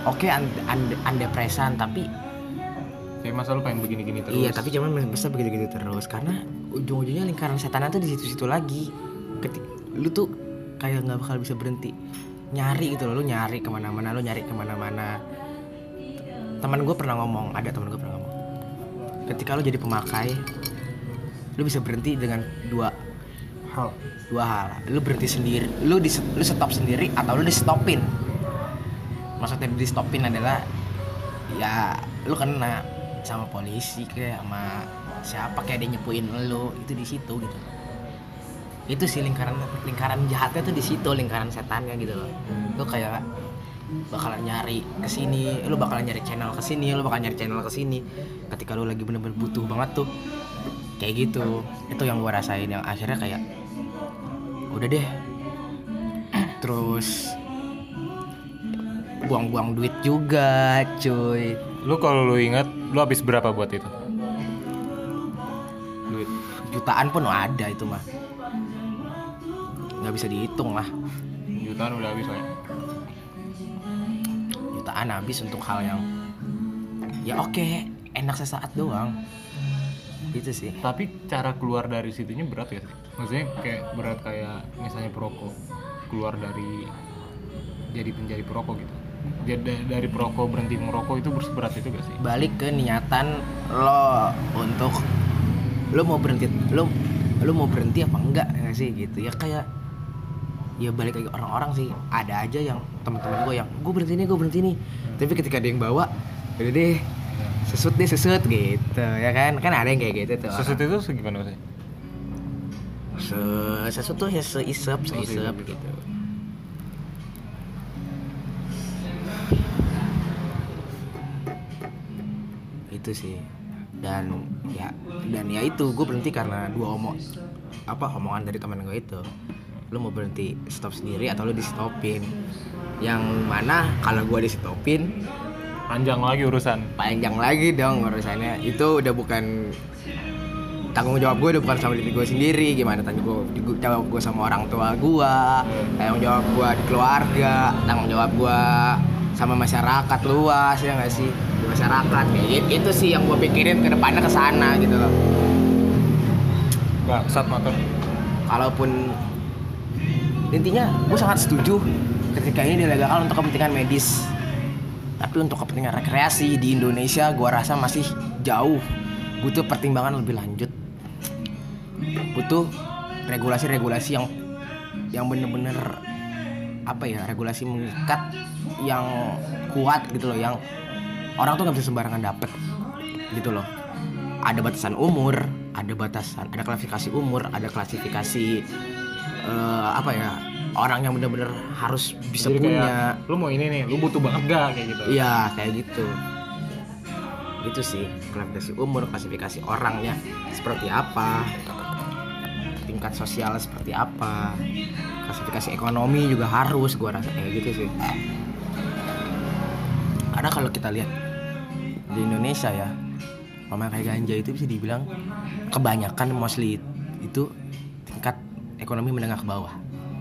oke and, and, andepresan tapi Kayak masa lu pengen begini-gini terus. iya tapi cuman bisa begitu-gitu terus karena ujung-ujungnya lingkaran setan tuh di situ-situ lagi. Ketik lu tuh kayak nggak bakal bisa berhenti nyari gitu loh, lu nyari kemana-mana, lu nyari kemana-mana. Teman gue pernah ngomong, ada teman gue pernah ngomong, ketika lu jadi pemakai, lu bisa berhenti dengan dua hal, dua hal. Lu berhenti sendiri, lu di lu stop sendiri atau lu di stopin. Maksudnya di stopin adalah ya lu kena sama polisi kayak sama siapa kayak dia nyepuin lu itu di situ gitu. Itu sih lingkaran lingkaran jahatnya tuh di situ, lingkaran setannya gitu loh. Lu kayak bakalan nyari kesini, lu bakalan nyari channel kesini, lu bakalan nyari channel kesini. Ketika lu lagi bener-bener butuh banget tuh kayak gitu. Itu yang gua rasain, yang akhirnya kayak udah deh. Terus buang-buang duit juga, cuy. Lu kalau lu ingat, lu habis berapa buat itu? Duit Jutaan pun ada itu mah. Nggak bisa dihitung lah. Jutaan udah habis lah. Jutaan habis untuk hal yang ya oke, enak sesaat doang. Gitu sih. Tapi cara keluar dari situnya berat ya sih? Maksudnya kayak berat kayak misalnya perokok, keluar dari jadi penjadi perokok gitu. Jadi dari perokok berhenti merokok itu berat itu gak sih? Balik ke niatan lo untuk lo mau berhenti, lo lo mau berhenti apa enggak ya sih gitu. Ya kayak ya balik lagi orang-orang sih. Ada aja yang teman-teman gue yang gue berhenti nih, gue berhenti nih. Tapi ketika dia yang bawa, udah deh sesut deh sesut gitu ya kan. Kan ada yang kayak gitu tuh. Sesut itu segimana sih? Se sesut tuh ya seisep, seisep gitu. Itu sih. Dan ya dan ya itu gue berhenti karena dua omong apa omongan dari teman gue itu. Lu mau berhenti stop sendiri atau lu di stopin? Yang mana kalau gue di stopin Panjang lagi urusan. Panjang lagi dong urusannya. Itu udah bukan tanggung jawab gue, udah bukan sama diri gue sendiri. Gimana tanggung jawab gue sama orang tua gue, tanggung jawab gue di keluarga, tanggung jawab gue sama masyarakat luas, ya nggak sih, di masyarakat kayak gitu. Itu sih yang gue pikirin ke depannya ke sana gitu loh. Bangsat motor. Kalaupun intinya gue sangat setuju ketika ini dilegalkan untuk kepentingan medis. Tapi untuk kepentingan rekreasi di Indonesia gue rasa masih jauh. Butuh pertimbangan lebih lanjut. Butuh regulasi-regulasi yang yang bener-bener apa ya, regulasi mengikat yang kuat gitu loh, yang orang tuh nggak bisa sembarangan dapet gitu loh. Ada batasan umur, ada batasan, ada klasifikasi umur, ada klasifikasi uh, apa ya, orang yang bener-bener harus bisa jadi punya. Kayak, lu mau ini nih, lu butuh banget gak kayak gitu? Iya kayak gitu. Gitu sih, klasifikasi umur, klasifikasi orangnya seperti apa, tingkat sosial seperti apa, klasifikasi ekonomi juga harus, gua rasa kayak gitu sih. Karena kalau kita lihat di Indonesia ya, pemakai ganja itu bisa dibilang kebanyakan mostly itu tingkat ekonomi menengah ke bawah.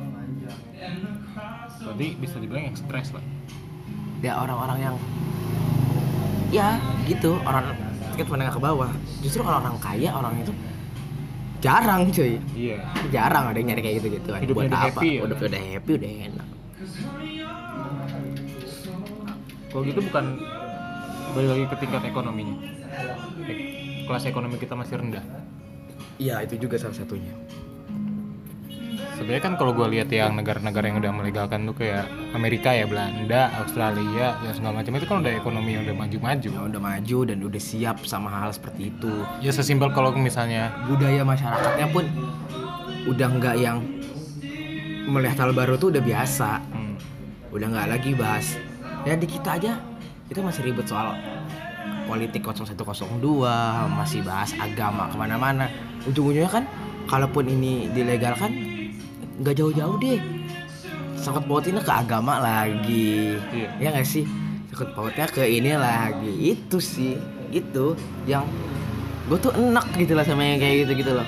Berarti bisa dibilang yang stres lah. Ya orang-orang yang ya gitu, orang tingkat menengah ke bawah. Justru orang-orang kaya, orang itu jarang cuy. Iya. Jarang ada yang nyari kayak gitu-gitu kan. Hidupnya Buat udah apa? happy ya, udah kan? udah happy, udah enak. Kalau gitu bukan balik lagi ke tingkat ekonominya. Kelas ekonomi kita masih rendah. Iya, itu juga salah satunya. Sebenarnya kan kalau gue lihat yang negara-negara yang udah melegalkan tuh kayak Amerika ya, Belanda, Australia, ya segala macam itu kan udah ekonomi yang udah maju-maju. Ya, udah maju dan udah siap sama hal seperti itu. Ya sesimpel kalau misalnya Budaya masyarakatnya pun udah nggak yang melihat hal baru tuh udah biasa. hmm, Udah nggak lagi bahas. Ya di kita aja kita masih ribet soal politik nol satu nol dua, masih bahas agama kemana-mana. Ujung-ujungnya kan kalaupun ini dilegalkan nggak jauh-jauh deh, sangkut pautnya ke agama lagi. Iya. Ya nggak sih, sangkut pautnya ke ini lagi. Itu sih itu yang gue tuh enak gitu lah sama yang kayak gitu gitu loh.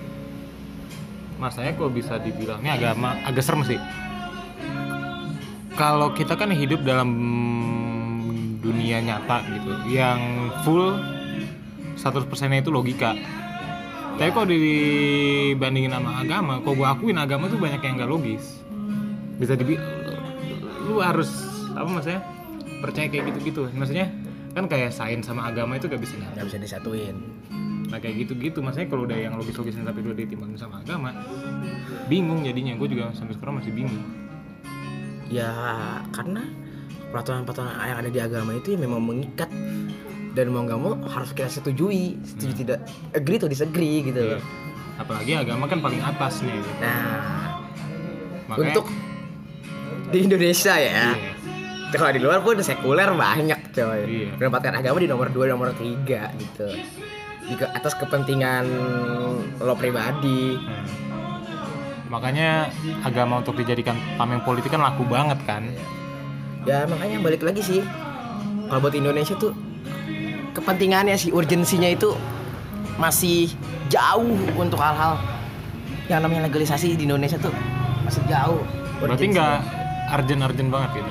masanya kok bisa dibilang ini agama agak serem sih. kalau kita kan hidup dalam dunia nyata gitu, yang full seratus persennya itu logika. Tapi kalau dibandingin sama agama, kalau gue akuin agama tuh banyak yang nggak logis. Bisa dibi, lu harus apa maksudnya percaya kayak gitu-gitu. Maksudnya kan kayak sains sama agama itu gak bisa nyatu. Nggak bisa disatuin. Nah kayak gitu-gitu. Maksudnya kalau udah yang logis-logisin tapi udah ditimbangin sama agama, bingung jadinya. Gue juga sampai sekarang masih bingung. Ya karena peraturan-peraturan yang ada di agama itu ya memang mengikat, dan mau nggak mau harus kita setujui, setuju hmm. tidak, agree to disagree gitu. Iya. Apalagi agama kan paling atas nih. Nah, makanya, untuk di Indonesia ya, iya. Kalau di luar pun sekuler banyak coy. Iya. Menempatkan agama di nomor dua, nomor tiga gitu. Di ke atas kepentingan lo pribadi. Hmm. Makanya agama untuk dijadikan tameng politik kan laku banget kan. Ya makanya balik lagi sih, kalau buat Indonesia tuh kepentingannya sih, urgensinya itu masih jauh untuk hal-hal yang namanya legalisasi di Indonesia tuh masih jauh. Berarti nggak urgent-urgent banget gitu?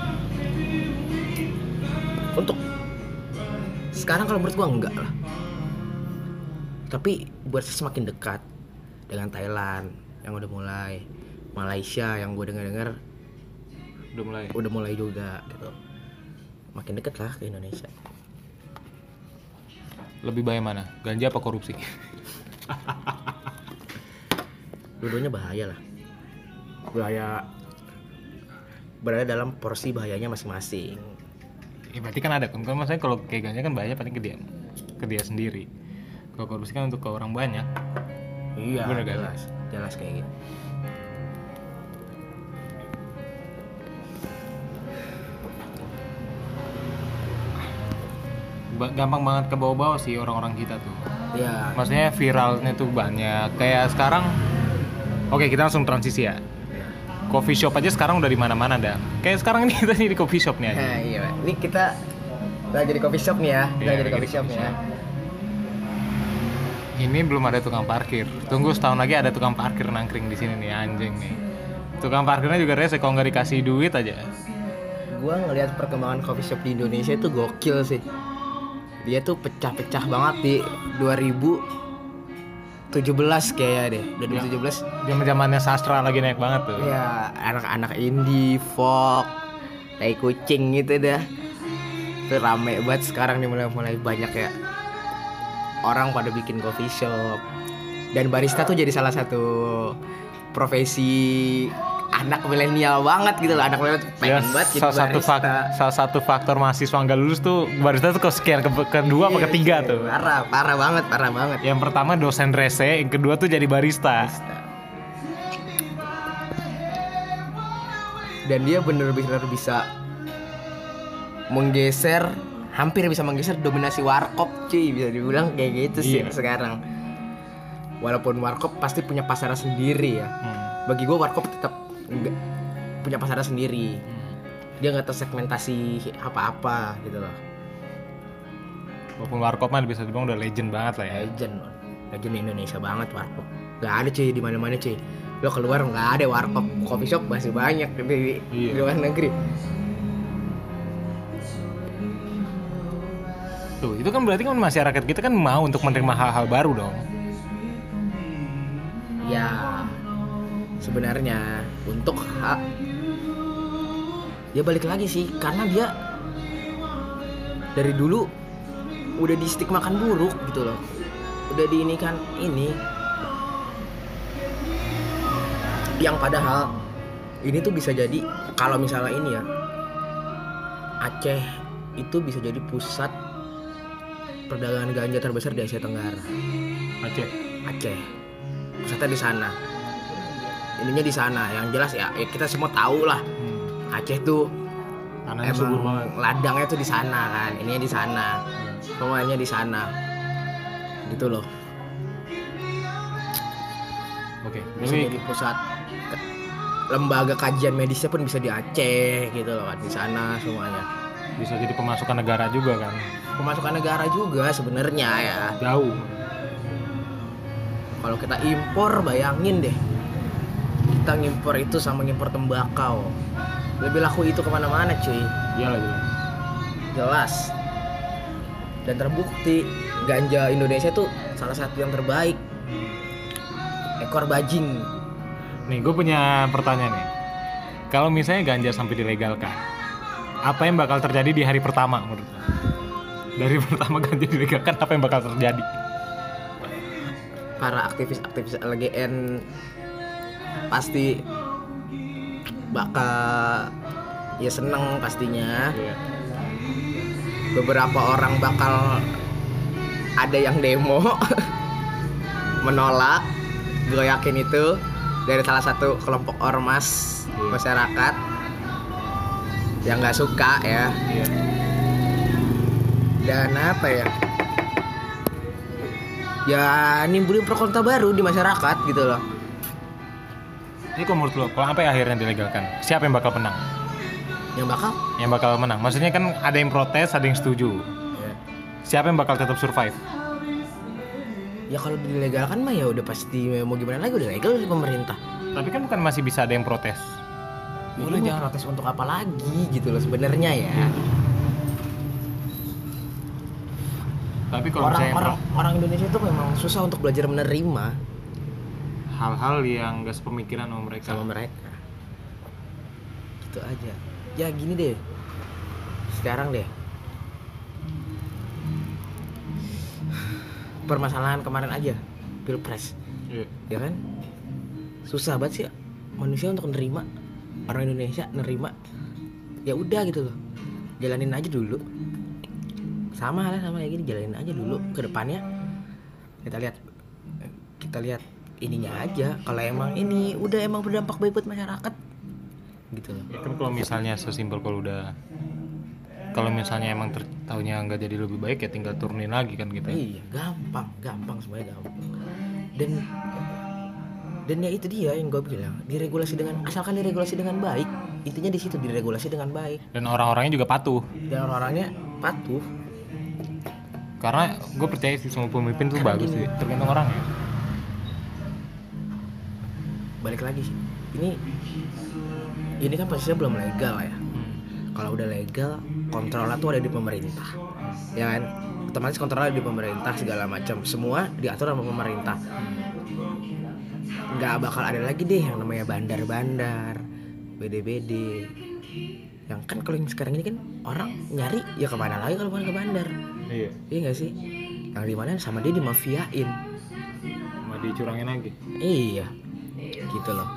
Untuk sekarang kalau menurut gua enggak lah. Tapi buat semakin dekat dengan Thailand yang udah mulai, Malaysia yang gua dengar-dengar udah mulai, udah mulai juga gitu. Makin dekat lah ke Indonesia. Lebih bahaya mana? Ganja apa korupsi? Dua-duanya bahaya lah. Bahaya berada dalam porsi bahayanya masing-masing. Ya, berarti kan ada kan, maksudnya kalau kayak ganja kan bahaya paling ke dia, ke dia sendiri. Kalau korupsi kan untuk ke orang banyak. Iya. Bener jelas, kan? jelas kayak gitu. Gampang banget ke bawah-bawah sih orang-orang kita tuh. Iya. Maksudnya viralnya tuh banyak. Kayak sekarang, oke kita langsung transisi ya. Coffee shop aja sekarang udah di mana-mana dah. Kayak sekarang ini kita di coffee shop nih aja. Nah, iya. Ini kita lagi di coffee shop nih ya. Kita iya, lagi di coffee shop nih ya. Ini belum ada tukang parkir. Tunggu setahun lagi ada tukang parkir nangkring di sini nih, anjing nih. Tukang parkirnya juga rese kalau nggak dikasih duit aja. Gua ngelihat perkembangan coffee shop di Indonesia itu gokil sih. Dia tuh pecah-pecah banget di dua ribu tujuh belas kayaknya deh. dua ribu tujuh belas zaman-zamannya sastra lagi naik banget tuh. Iya, anak-anak indie, folk, tai kucing gitu dah. Itu rame banget sekarang nih, mulai-mulai banyak ya orang pada bikin coffee shop. Dan barista tuh jadi salah satu profesi anak milenial banget gitu loh. Anak milenial pengen ya, banget jadi salah satu barista. fak- salah satu faktor mahasiswa nggak lulus tuh barista tuh kesekian ke kedua apa Iya, ketiga iya, tuh. Parah, parah banget, parah banget. Yang pertama dosen rese, yang kedua tuh jadi barista. barista. Dan dia bener-bener bisa menggeser, hampir bisa menggeser dominasi warkop cuy, bisa dibilang kayak gitu sih iya. sekarang. Walaupun warkop pasti punya pasar sendiri ya. Hmm. Bagi gue warkop tetap enggak punya pasar sendiri. Hmm. Dia nggak tersegmentasi apa-apa gitu loh. Walaupun warkop mah bisa dibilang udah legend banget lah ya. Legend, legend Indonesia banget warkop. Gak ada cuy di mana-mana cuy. Lo keluar nggak ada warkop, coffee shop masih banyak di, iya. di luar negeri. Tuh, itu kan berarti kan masyarakat kita kan mau untuk menerima hal-hal baru dong. Ya, sebenarnya untuk hak dia balik lagi sih, karena dia dari dulu udah di stigmakan buruk gitu loh, udah diinikan ini, yang padahal ini tuh bisa jadi kalau misalnya ini ya, Aceh itu bisa jadi pusat perdagangan ganja terbesar di Asia Tenggara. Aceh. Aceh, pusatnya di sana, ininya di sana. Yang jelas ya, ya kita semua tahu lah. Hmm. Aceh tuh tanahnya subur banget. Ladangnya tuh di sana kan, ininya di sana, hmm. semuanya di sana, gitu loh. Oke. Bisa Jadi jadi pusat lembaga kajian medisnya pun bisa di Aceh gitu loh kan, di sana semuanya. Bisa jadi pemasukan negara juga kan. Pemasukan negara juga sebenarnya ya. Jauh. Kalau kita impor, bayangin deh, kita ngimpor itu sama ngimpor tembakau. lebih laku itu kemana-mana cuy. Iya lagi. Jelas. Dan terbukti ganja Indonesia tuh salah satu yang terbaik. Ekor bajing. Nih, gue punya pertanyaan nih. Kalau misalnya ganja sampai dilegalkan, apa yang bakal terjadi di hari pertama menurut lo? Dari pertama ganja dilegalkan, apa yang bakal terjadi? Para aktivis-aktivis L G N pasti bakal ya seneng pastinya. Iya. Beberapa orang bakal ada yang demo menolak. Gue yakin itu dari salah satu kelompok ormas masyarakat yang nggak suka ya. Iya. Dan apa ya? Ya nimbulin pro kontra baru di masyarakat gitu loh. Ini kok menurut lo, kalau sampai akhirnya dilegalkan, siapa yang bakal menang? Yang bakal? Yang bakal menang. Maksudnya kan ada yang protes, ada yang setuju. Ya, Siapa yang bakal tetap survive? ya kalau dilegalkan mah ya udah pasti mau gimana lagi, udah legal dari pemerintah. Tapi kan bukan masih bisa ada yang protes. Udah jangan protes untuk apa lagi gitu loh sebenarnya ya. Tapi kalau Orang misalnya orang orang Indonesia itu memang susah untuk belajar menerima hal-hal yang gak sepemikiran sama mereka. sama mereka. Gitu aja. Ya gini deh. Sekarang deh. Permasalahan kemarin aja, Pilpres. Iya. Ya kan? Susah banget sih manusia untuk nerima, orang Indonesia nerima. Ya udah gitu loh. Jalanin aja dulu. Sama lah sama kayak gini, jalanin aja dulu ke depannya. Kita lihat kita lihat ininya aja. Kalau emang ini udah emang berdampak baik buat masyarakat gitu loh. Ya kan kalau misalnya sesimpel kalau udah kalau misalnya emang ter- taunya nggak jadi lebih baik ya tinggal turunin lagi kan gitu. Iya, gampang, gampang semuanya gampang. Dan dan ya itu dia yang gue bilang, diregulasi dengan asalkan diregulasi dengan baik. Intinya di situ, diregulasi dengan baik. Dan orang-orangnya juga patuh. Dan orang-orangnya patuh. Karena gue percaya sih semua pemimpin tuh Karena bagus gini. sih, tergantung orang ya. Balik lagi sih. Ini ini kan posisinya belum legal ya. Hmm. Kalau udah legal, kontrolnya tuh ada di pemerintah. Ya kan? Otomatis kontrolnya di pemerintah segala macam. Semua diatur sama pemerintah. Nggak bakal ada lagi deh yang namanya bandar-bandar, B D B D. Yang kan kalau yang sekarang ini kan orang nyari ya kemana lagi kalau bukan ke bandar. Iya. Iya nggak sih? Yang dimana sama dia dimafiain. Mau dicurangin lagi. Iya, gitu loh.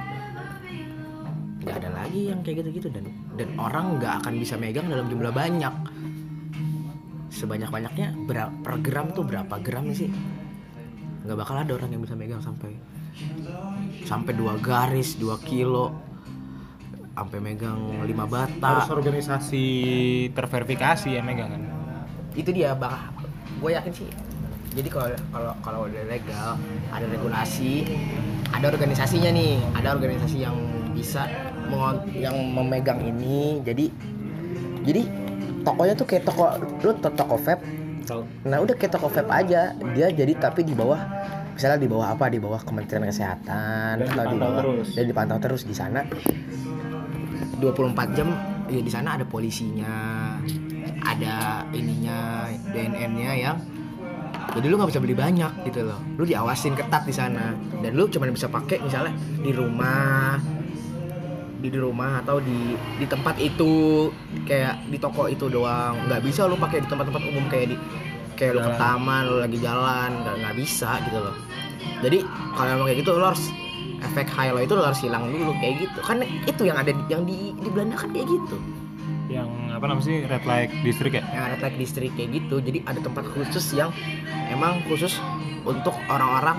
Nggak ada lagi yang kayak gitu-gitu dan dan orang nggak akan bisa megang dalam jumlah banyak. Sebanyak-banyaknya ber- per gram tuh berapa gram sih? Nggak bakal ada orang yang bisa megang sampai sampai dua garis, dua kilo, sampai megang lima bata. Harus organisasi terverifikasi ya megang kan. Itu dia, bah. Gue yakin sih. Jadi kalau kalau kalau udah legal, ada regulasi, ada organisasinya nih, ada organisasi yang bisa mengon- yang memegang ini. Jadi jadi tokonya tuh kayak toko lu to- toko vape. Tahu. Nah, udah kayak toko vape aja. Dia jadi tapi di bawah misalnya di bawah apa? Di bawah Kementerian Kesehatan, Dan terus di dipantau bawah terus. dan dipantau terus di sana dua puluh empat jam. Ya di sana ada polisinya, ada ininya, D N N-nya yang jadi lu nggak bisa beli banyak gitu loh. Lu diawasin ketat di sana dan lu cuma bisa pakai misalnya di rumah, di di rumah atau di di tempat itu kayak di toko itu doang. Nggak bisa lu pakai di tempat-tempat umum kayak di kayak lu ke taman, lu lagi jalan, nggak nggak bisa gitu loh. Jadi kalau emang kayak gitu lu harus efek high lo itu lo harus hilang dulu kayak gitu. Kan itu yang ada di, yang di di Belanda kan kayak gitu. Yang apa namanya sih red light district ya? Yang ada like distrik kayak gitu. Jadi ada tempat khusus yang emang khusus untuk orang-orang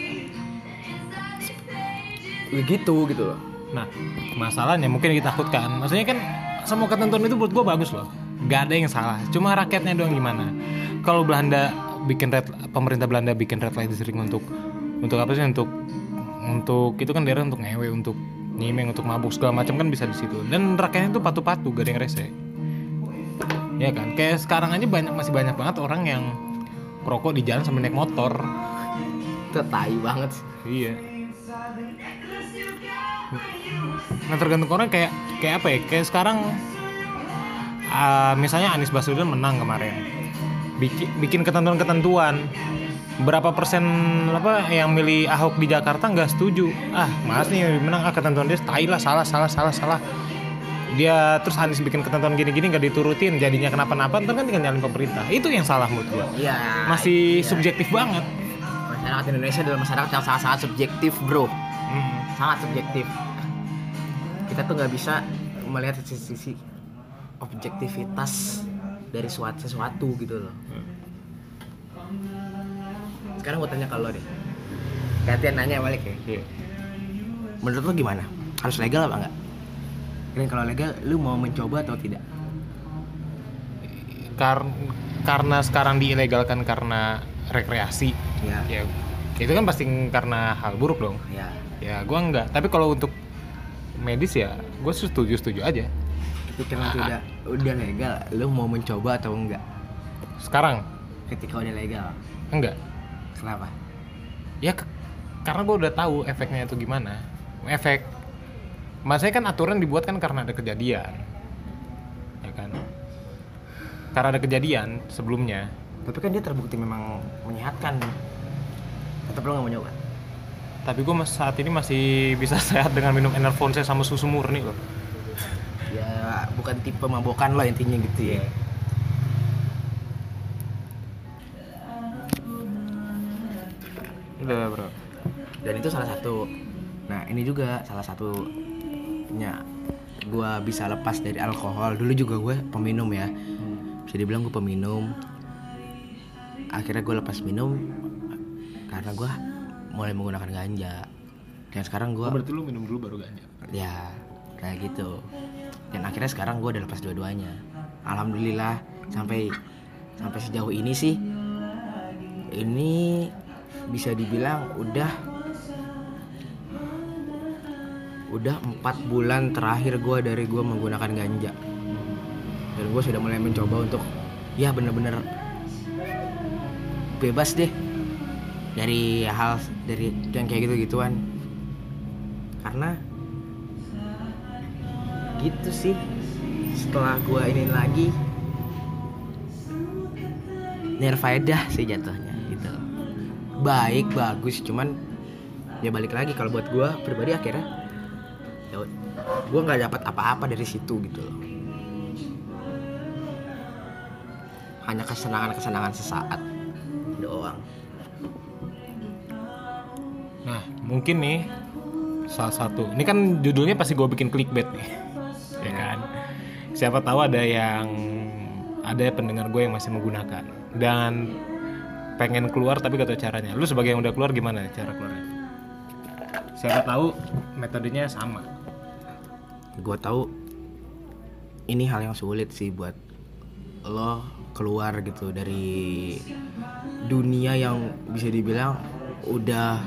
begitu gitu loh. Nah, masalahnya mungkin kita takutkan. Maksudnya kan semua ketentuan itu menurut gua bagus loh. Gak ada yang salah. Cuma rakyatnya doang gimana. Kalau Belanda bikin red, pemerintah Belanda bikin red light district untuk untuk apa sih? Untuk untuk itu kan daerah untuk ngewe, untuk nyimeng, untuk mabuk segala macam kan bisa di situ. Dan rakyatnya tuh patuh-patuh, gak ada yang rese. Ya kan? Kayak sekarang aja banyak masih banyak banget orang yang rokok di jalan sambil naik motor. Itu tai banget. Iya. Nah tergantung orang, kayak kayak apa ya? Kayak sekarang uh, misalnya Anies Baswedan menang kemarin, bikin bikin ketentuan-ketentuan. Berapa persen apa yang milih Ahok di Jakarta nggak setuju? Ah, Mas nih menang, ah ketentuan dia tai lah, salah salah salah salah. Dia terus Anies bikin ketentuan gini-gini nggak diturutin, jadinya kenapa-napa, ntar kan tinggal nyalain pemerintah. Itu yang salah menurut gua. Iya. Masih iya. subjektif banget. Masyarakat Indonesia adalah masyarakat yang sangat-sangat subjektif, bro. Hmm. Sangat subjektif. Kita tuh nggak bisa melihat sisi-sisi objektivitas dari suatu sesuatu gitu loh. Sekarang gue tanya ke lo deh, gantian nanya balik ya. Iya. Menurut lo gimana? Harus legal apa enggak? Dan kalau legal, lu mau mencoba atau tidak? Kar- karena sekarang diilegalkan karena rekreasi, Ya. ya itu kan pasti karena hal buruk dong. Ya. Ya gua enggak, tapi kalau untuk medis ya gue setuju setuju aja. Ketika nanti udah udah legal, lu mau mencoba atau enggak? Sekarang Ketika udah legal, enggak. kenapa? Ya ke- karena gue udah tahu efeknya itu gimana. Efek, maksudnya kan aturan dibuat kan karena ada kejadian, ya kan? Karena ada kejadian sebelumnya. Tapi kan dia terbukti memang menyehatkan. Tetap lo nggak mau nyoba? Tapi gue saat ini masih bisa sehat dengan minum Enervon sama susu murni loh. Ya bukan tipe mabokan lo intinya gitu ya. Udah bro. Dan itu salah satu. Nah ini juga salah satunya gue bisa lepas dari alkohol. Dulu juga gue peminum ya, bisa dibilang gue peminum. Akhirnya gue lepas minum karena gue mulai menggunakan ganja. Dan sekarang gue Berarti lu minum dulu baru ganja. ya kayak gitu. Dan akhirnya sekarang gue udah lepas dua-duanya. Alhamdulillah sampai sampai sejauh ini sih, ini bisa dibilang udah udah empat bulan terakhir gue dari gue menggunakan ganja. Dan gue sudah mulai mencoba untuk ya bener-bener bebas deh dari hal dari yang kayak gitu-gituan. Karena gitu sih, setelah gue ini lagi nirfaedah sih jatuhnya gitu. Baik, bagus, cuman ya balik lagi kalau buat gue pribadi akhirnya ya gue nggak dapat apa-apa dari situ gitu loh. Hanya kesenangan-kesenangan sesaat doang. Nah mungkin nih salah satu, ini kan judulnya pasti gue bikin clickbait nih, ya kan? Siapa tahu ada yang ada pendengar gue yang masih menggunakan dan pengen keluar tapi gak tahu caranya. Lu sebagai yang udah keluar gimana cara keluarnya? Siapa tahu metodenya sama. Gue tahu ini hal yang sulit sih buat lo keluar gitu dari dunia yang bisa dibilang udah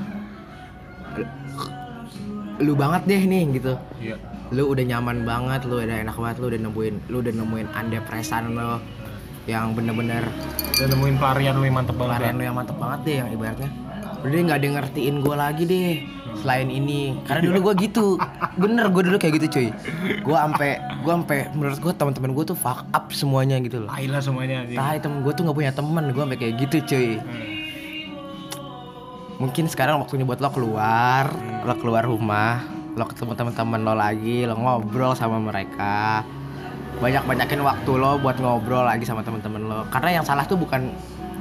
lu banget deh nih gitu. Iya. Lu udah nyaman banget, lu udah enak banget, lu udah nemuin lu udah nemuin andepresan lo yang bener-bener Udah nemuin pelarian lu yang mantep banget. pelarian lu yang mantep banget deh, yang ibaratnya udah deh nggak ada yang ngertiin gue lagi deh selain ini. Karena dulu gue gitu, bener gue dulu kayak gitu cuy. Gue ampe gue ampe menurut gue teman-teman gue tuh fuck up semuanya gitu loh. Tai lah semuanya. Tai, temen gue tuh nggak punya teman, gue ampe kayak gitu cuy. Hmm. Mungkin sekarang waktunya buat lo keluar, hmm. lo keluar rumah, lo ketemu teman-teman lo lagi, lo ngobrol sama mereka. Banyak-banyakin waktu lo buat ngobrol lagi sama teman-teman lo. Karena yang salah tuh bukan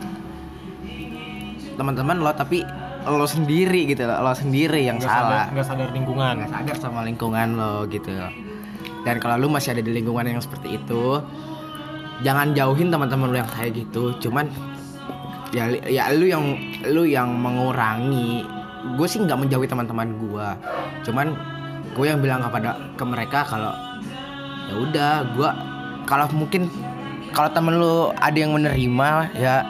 teman-teman lo, tapi lo sendiri gitu lo, lo sendiri yang Nggak salah. Sadar, nggak sadar lingkungan. Nggak sadar sama lingkungan lo gitu. Dan kalau lo masih ada di lingkungan yang seperti itu, jangan jauhin teman-teman lo yang kayak gitu. Cuman ya ya lu yang lu yang mengurangi. Gue sih nggak menjauhi teman-teman gue, cuman gue yang bilang kepada ke mereka kalau ya udah gue kalau mungkin kalau temen lu ada yang menerima ya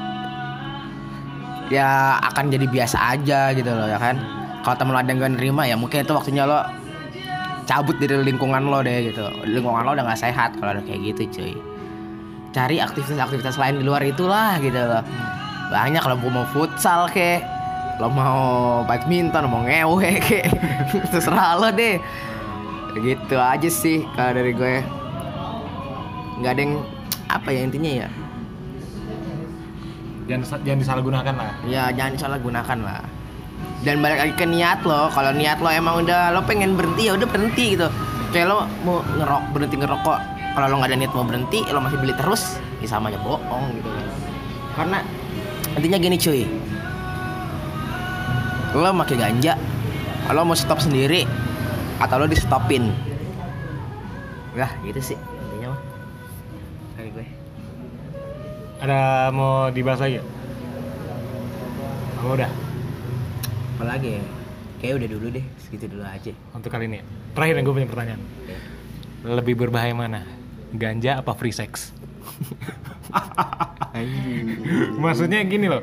ya akan jadi biasa aja gitu loh ya kan. Kalau temen lu ada yang gak menerima ya mungkin itu waktunya lo cabut dari lingkungan lo deh gitu. Lingkungan lo udah nggak sehat kalau ada kayak gitu cuy. Cari aktivitas-aktivitas lain di luar itulah gitu loh. Banyak, kalau gue mau futsal kek, lo mau badminton, mau ngewe kayak terserah lo deh. Gitu aja sih kalau dari gue. Nggak ada yang apa ya intinya ya. Jangan jangan disalahgunakan lah. Ya jangan disalahgunakan lah. Dan balik lagi ke niat lo. Kalau niat lo emang udah lo pengen berhenti ya udah berhenti gitu. Kayak lo mau ngerok berhenti ngerokok. Kalau lo nggak ada niat mau berhenti, lo masih beli terus, ya sama aja bohong gitu. Karena intinya gini cuy. Lo pakai ganja, lo mau stop sendiri atau lo di stopin. Lah gitu sih intinya mah. Dari gue. Ada mau dibahas lagi? Apa udah? Apalagi ya? Kayak udah dulu deh, segitu dulu aja. Untuk kali ini. Terakhir yang gue punya pertanyaan. Lebih berbahaya mana? Ganja apa free sex? Maksudnya gini loh.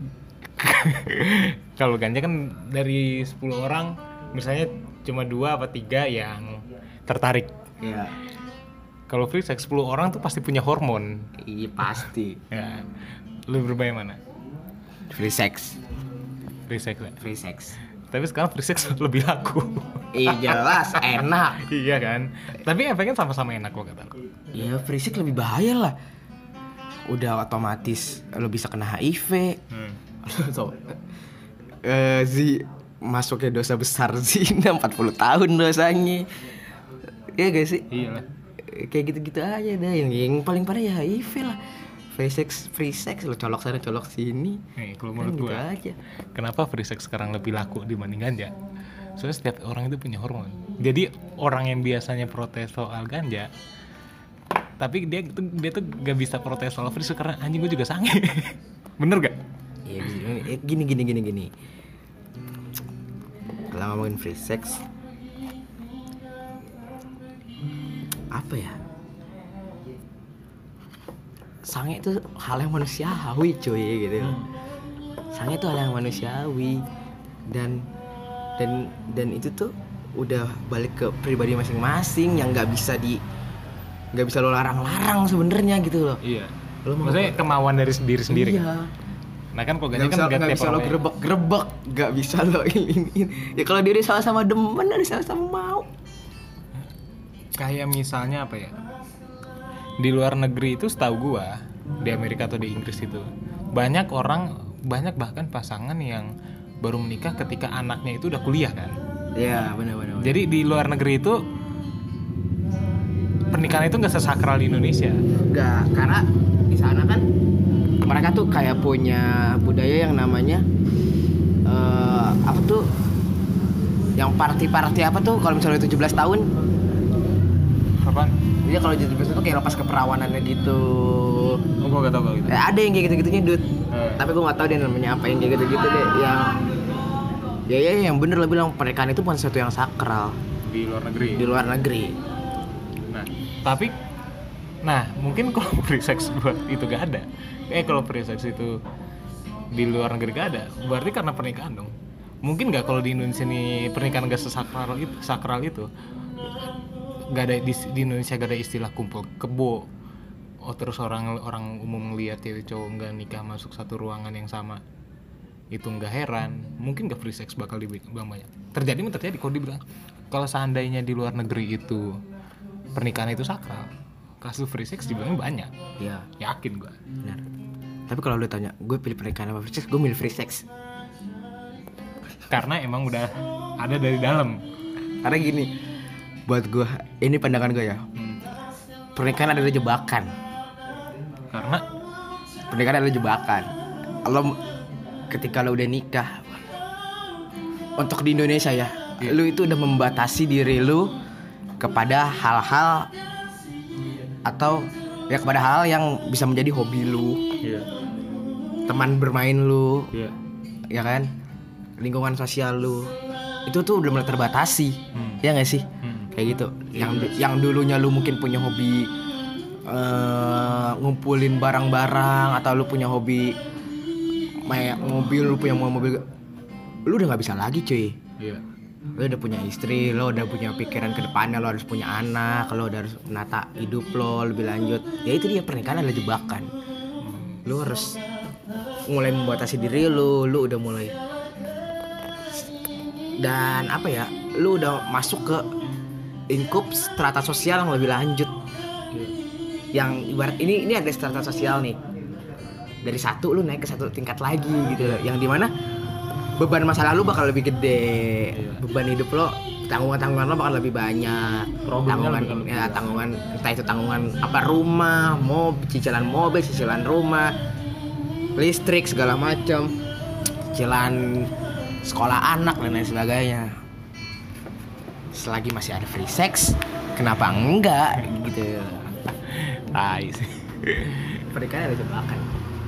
Kalau ganja kan dari sepuluh orang misalnya cuma dua apa tiga yang tertarik. Iya. Kalau free sex sepuluh orang tuh pasti punya hormon. Iya pasti. Ya. Lebih berbahaya mana? Free sex. Free sex ya? Free sex. Tapi sekarang free sex lebih laku. Iya jelas enak. Iya kan? Tapi efeknya sama-sama enak lo kata lo. Iya free sex lebih bahaya lah. Udah otomatis lo bisa kena H I V. Hmm. So, uh, Zi masuknya dosa besar zina empat puluh tahun dosanya. Iya gak sih? Iya lah. Kayak gitu-gitu aja dah. Yang, yang paling parah ya H I V lah. Free sex, free sex lo colok sana colok sini. Nih, kalau menurut gitu gue, aja. Kenapa free sex sekarang lebih laku dibanding ganja? Soalnya setiap orang itu punya hormon. Jadi orang yang biasanya protes soal ganja, tapi dia tuh dia tuh gak bisa protes soal free sex karena anjing gue juga sange. Bener gak? Iya gini gini gini gini. Kalau ngomongin free sex, apa ya? Sange itu hal yang manusiawi cuy gitu. Hmm. Sange itu hal yang manusiawi dan dan dan itu tuh udah balik ke pribadi masing-masing yang nggak bisa di nggak bisa lo larang-larang sebenarnya gitu loh. Iya. Lo maksudnya kemauan dari diri sendiri. Iya. Nah kan kok gak kan nggak bisa lo grebek-grebek, nggak bisa lo ini. Ya kalau diri sama-sama demen, dari sama-sama mau. Kayak misalnya apa ya? Di luar negeri itu setahu gua, di Amerika atau di Inggris itu banyak orang, banyak bahkan pasangan yang baru menikah ketika anaknya itu udah kuliah kan. Iya benar-benar. Jadi di luar negeri itu pernikahan itu nggak sesakral di Indonesia. Nggak, karena di sana kan mereka tuh kayak punya budaya yang namanya uh, apa tuh, yang party-party apa tuh kalau misalnya tujuh belas tahun. Apaan? Jadi kalau tujuh belas itu kayak lepas keperawanannya gitu. Oh, gua gak tau kalau gitu. Eh, ada yang kayak gitu-gitunya, Dut. Eh. Tapi gua gak tahu dia namanya apa yang kayak gitu-gitu deh. Yang ya ya yang bener lo bilang pernikahan itu bukan sesuatu yang sakral di luar negeri. Di luar negeri. Nah, tapi nah, mungkin kalau free sex buat itu gak ada. Eh kalau free sex itu di luar negeri gak ada, berarti karena pernikahan dong. Mungkin gak kalau di Indonesia nih pernikahan gak sesakral itu, sakral itu. Gak ada di, di Indonesia gak ada istilah kumpul kebo. Oh terus orang orang umum ngeliat cewek cowok nggak nikah masuk satu ruangan yang sama, itu nggak heran. Mungkin gak free sex bakal dibilang banyak. Terjadi mah terjadi. Kalau dibilang kalau seandainya di luar negeri itu pernikahan itu sakral, kasus free sex dibilang banyak. Iya. Yakin gue. Benar. Tapi kalau lu tanya, gue pilih pernikahan apa free sex? Gue milih free sex. Karena emang udah ada dari dalam. Karena gini, buat gue, ini pandangan gue ya. Hmm. Pernikahan adalah jebakan. Karena pernikahan adalah jebakan. Lo ketika lo udah nikah, untuk di Indonesia ya, yeah. Lo itu udah membatasi diri lo kepada hal-hal atau ya kepada hal yang bisa menjadi hobi lo, yeah. Teman bermain lo, yeah. Ya kan, lingkungan sosial lo, itu tuh udah mulai terbatasi, hmm. Ya nggak sih? Hmm. Kayak gitu. Yang yang dulunya lu mungkin punya hobi uh, ngumpulin barang-barang, atau lu punya hobi kayak mobil, lu punya mobil, lu udah nggak bisa lagi cuy. Iya. Lu udah punya istri, lu udah punya pikiran ke depannya, lu harus punya anak, lu udah harus menata hidup lo lebih lanjut. Ya itu dia, pernikahan adalah jebakan. Hmm. Lu harus mulai membatasi diri lu, lu udah mulai dan apa ya, lu udah masuk ke lingkup strata sosial yang lebih lanjut. Yang ibarat ini ini ada strata sosial nih. Dari satu lu naik ke satu tingkat lagi gitu. Yang dimana beban masa lalu bakal lebih gede. Beban hidup lo, tanggungan-tanggungan lo bakal lebih banyak. Tanggungan ya tanggungan entah itu tanggungan apa, rumah, mobil, cicilan mobil, cicilan rumah, listrik segala macam, cicilan sekolah anak dan lain sebagainya. Selagi masih ada free sex, kenapa enggak gitu. Tai sih. Pernikahan ada jebakan.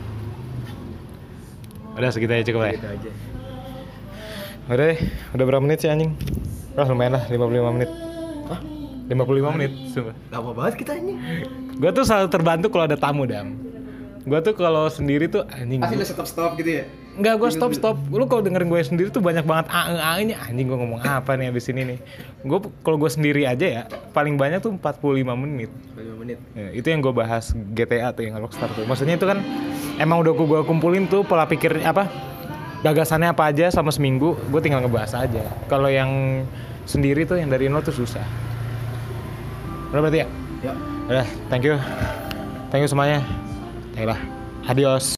Udah segitu aja cukup ya. Gitu aja. Udah deh, udah berapa menit sih anjing? Ah lumayan lah, lima puluh lima menit. Hah? lima puluh lima menit, sumpah. Lama banget kita ini. Gue tuh selalu terbantu kalau ada tamu, Dam. Gue tuh kalau sendiri tuh anjing. Pasti udah stop-stop gitu ya? Enggak, gue stop stop. Lu kalau dengerin gue sendiri tuh banyak banget ae ae-nya. Anjing gue ngomong apa nih abis ini nih. Gue kalau gue sendiri aja ya, paling banyak tuh empat puluh lima menit. empat puluh lima menit. Ya, itu yang gue bahas G T A tuh yang Rockstar tuh. Maksudnya itu kan emang udah gue kumpulin tuh pola pikir apa, gagasannya apa aja sama seminggu. Gue tinggal ngebahas aja. Kalau yang sendiri tuh yang dari nol tuh susah. Udah berarti ya? Ya. Udah, thank you. Thank you semuanya. Ayolah. Adios.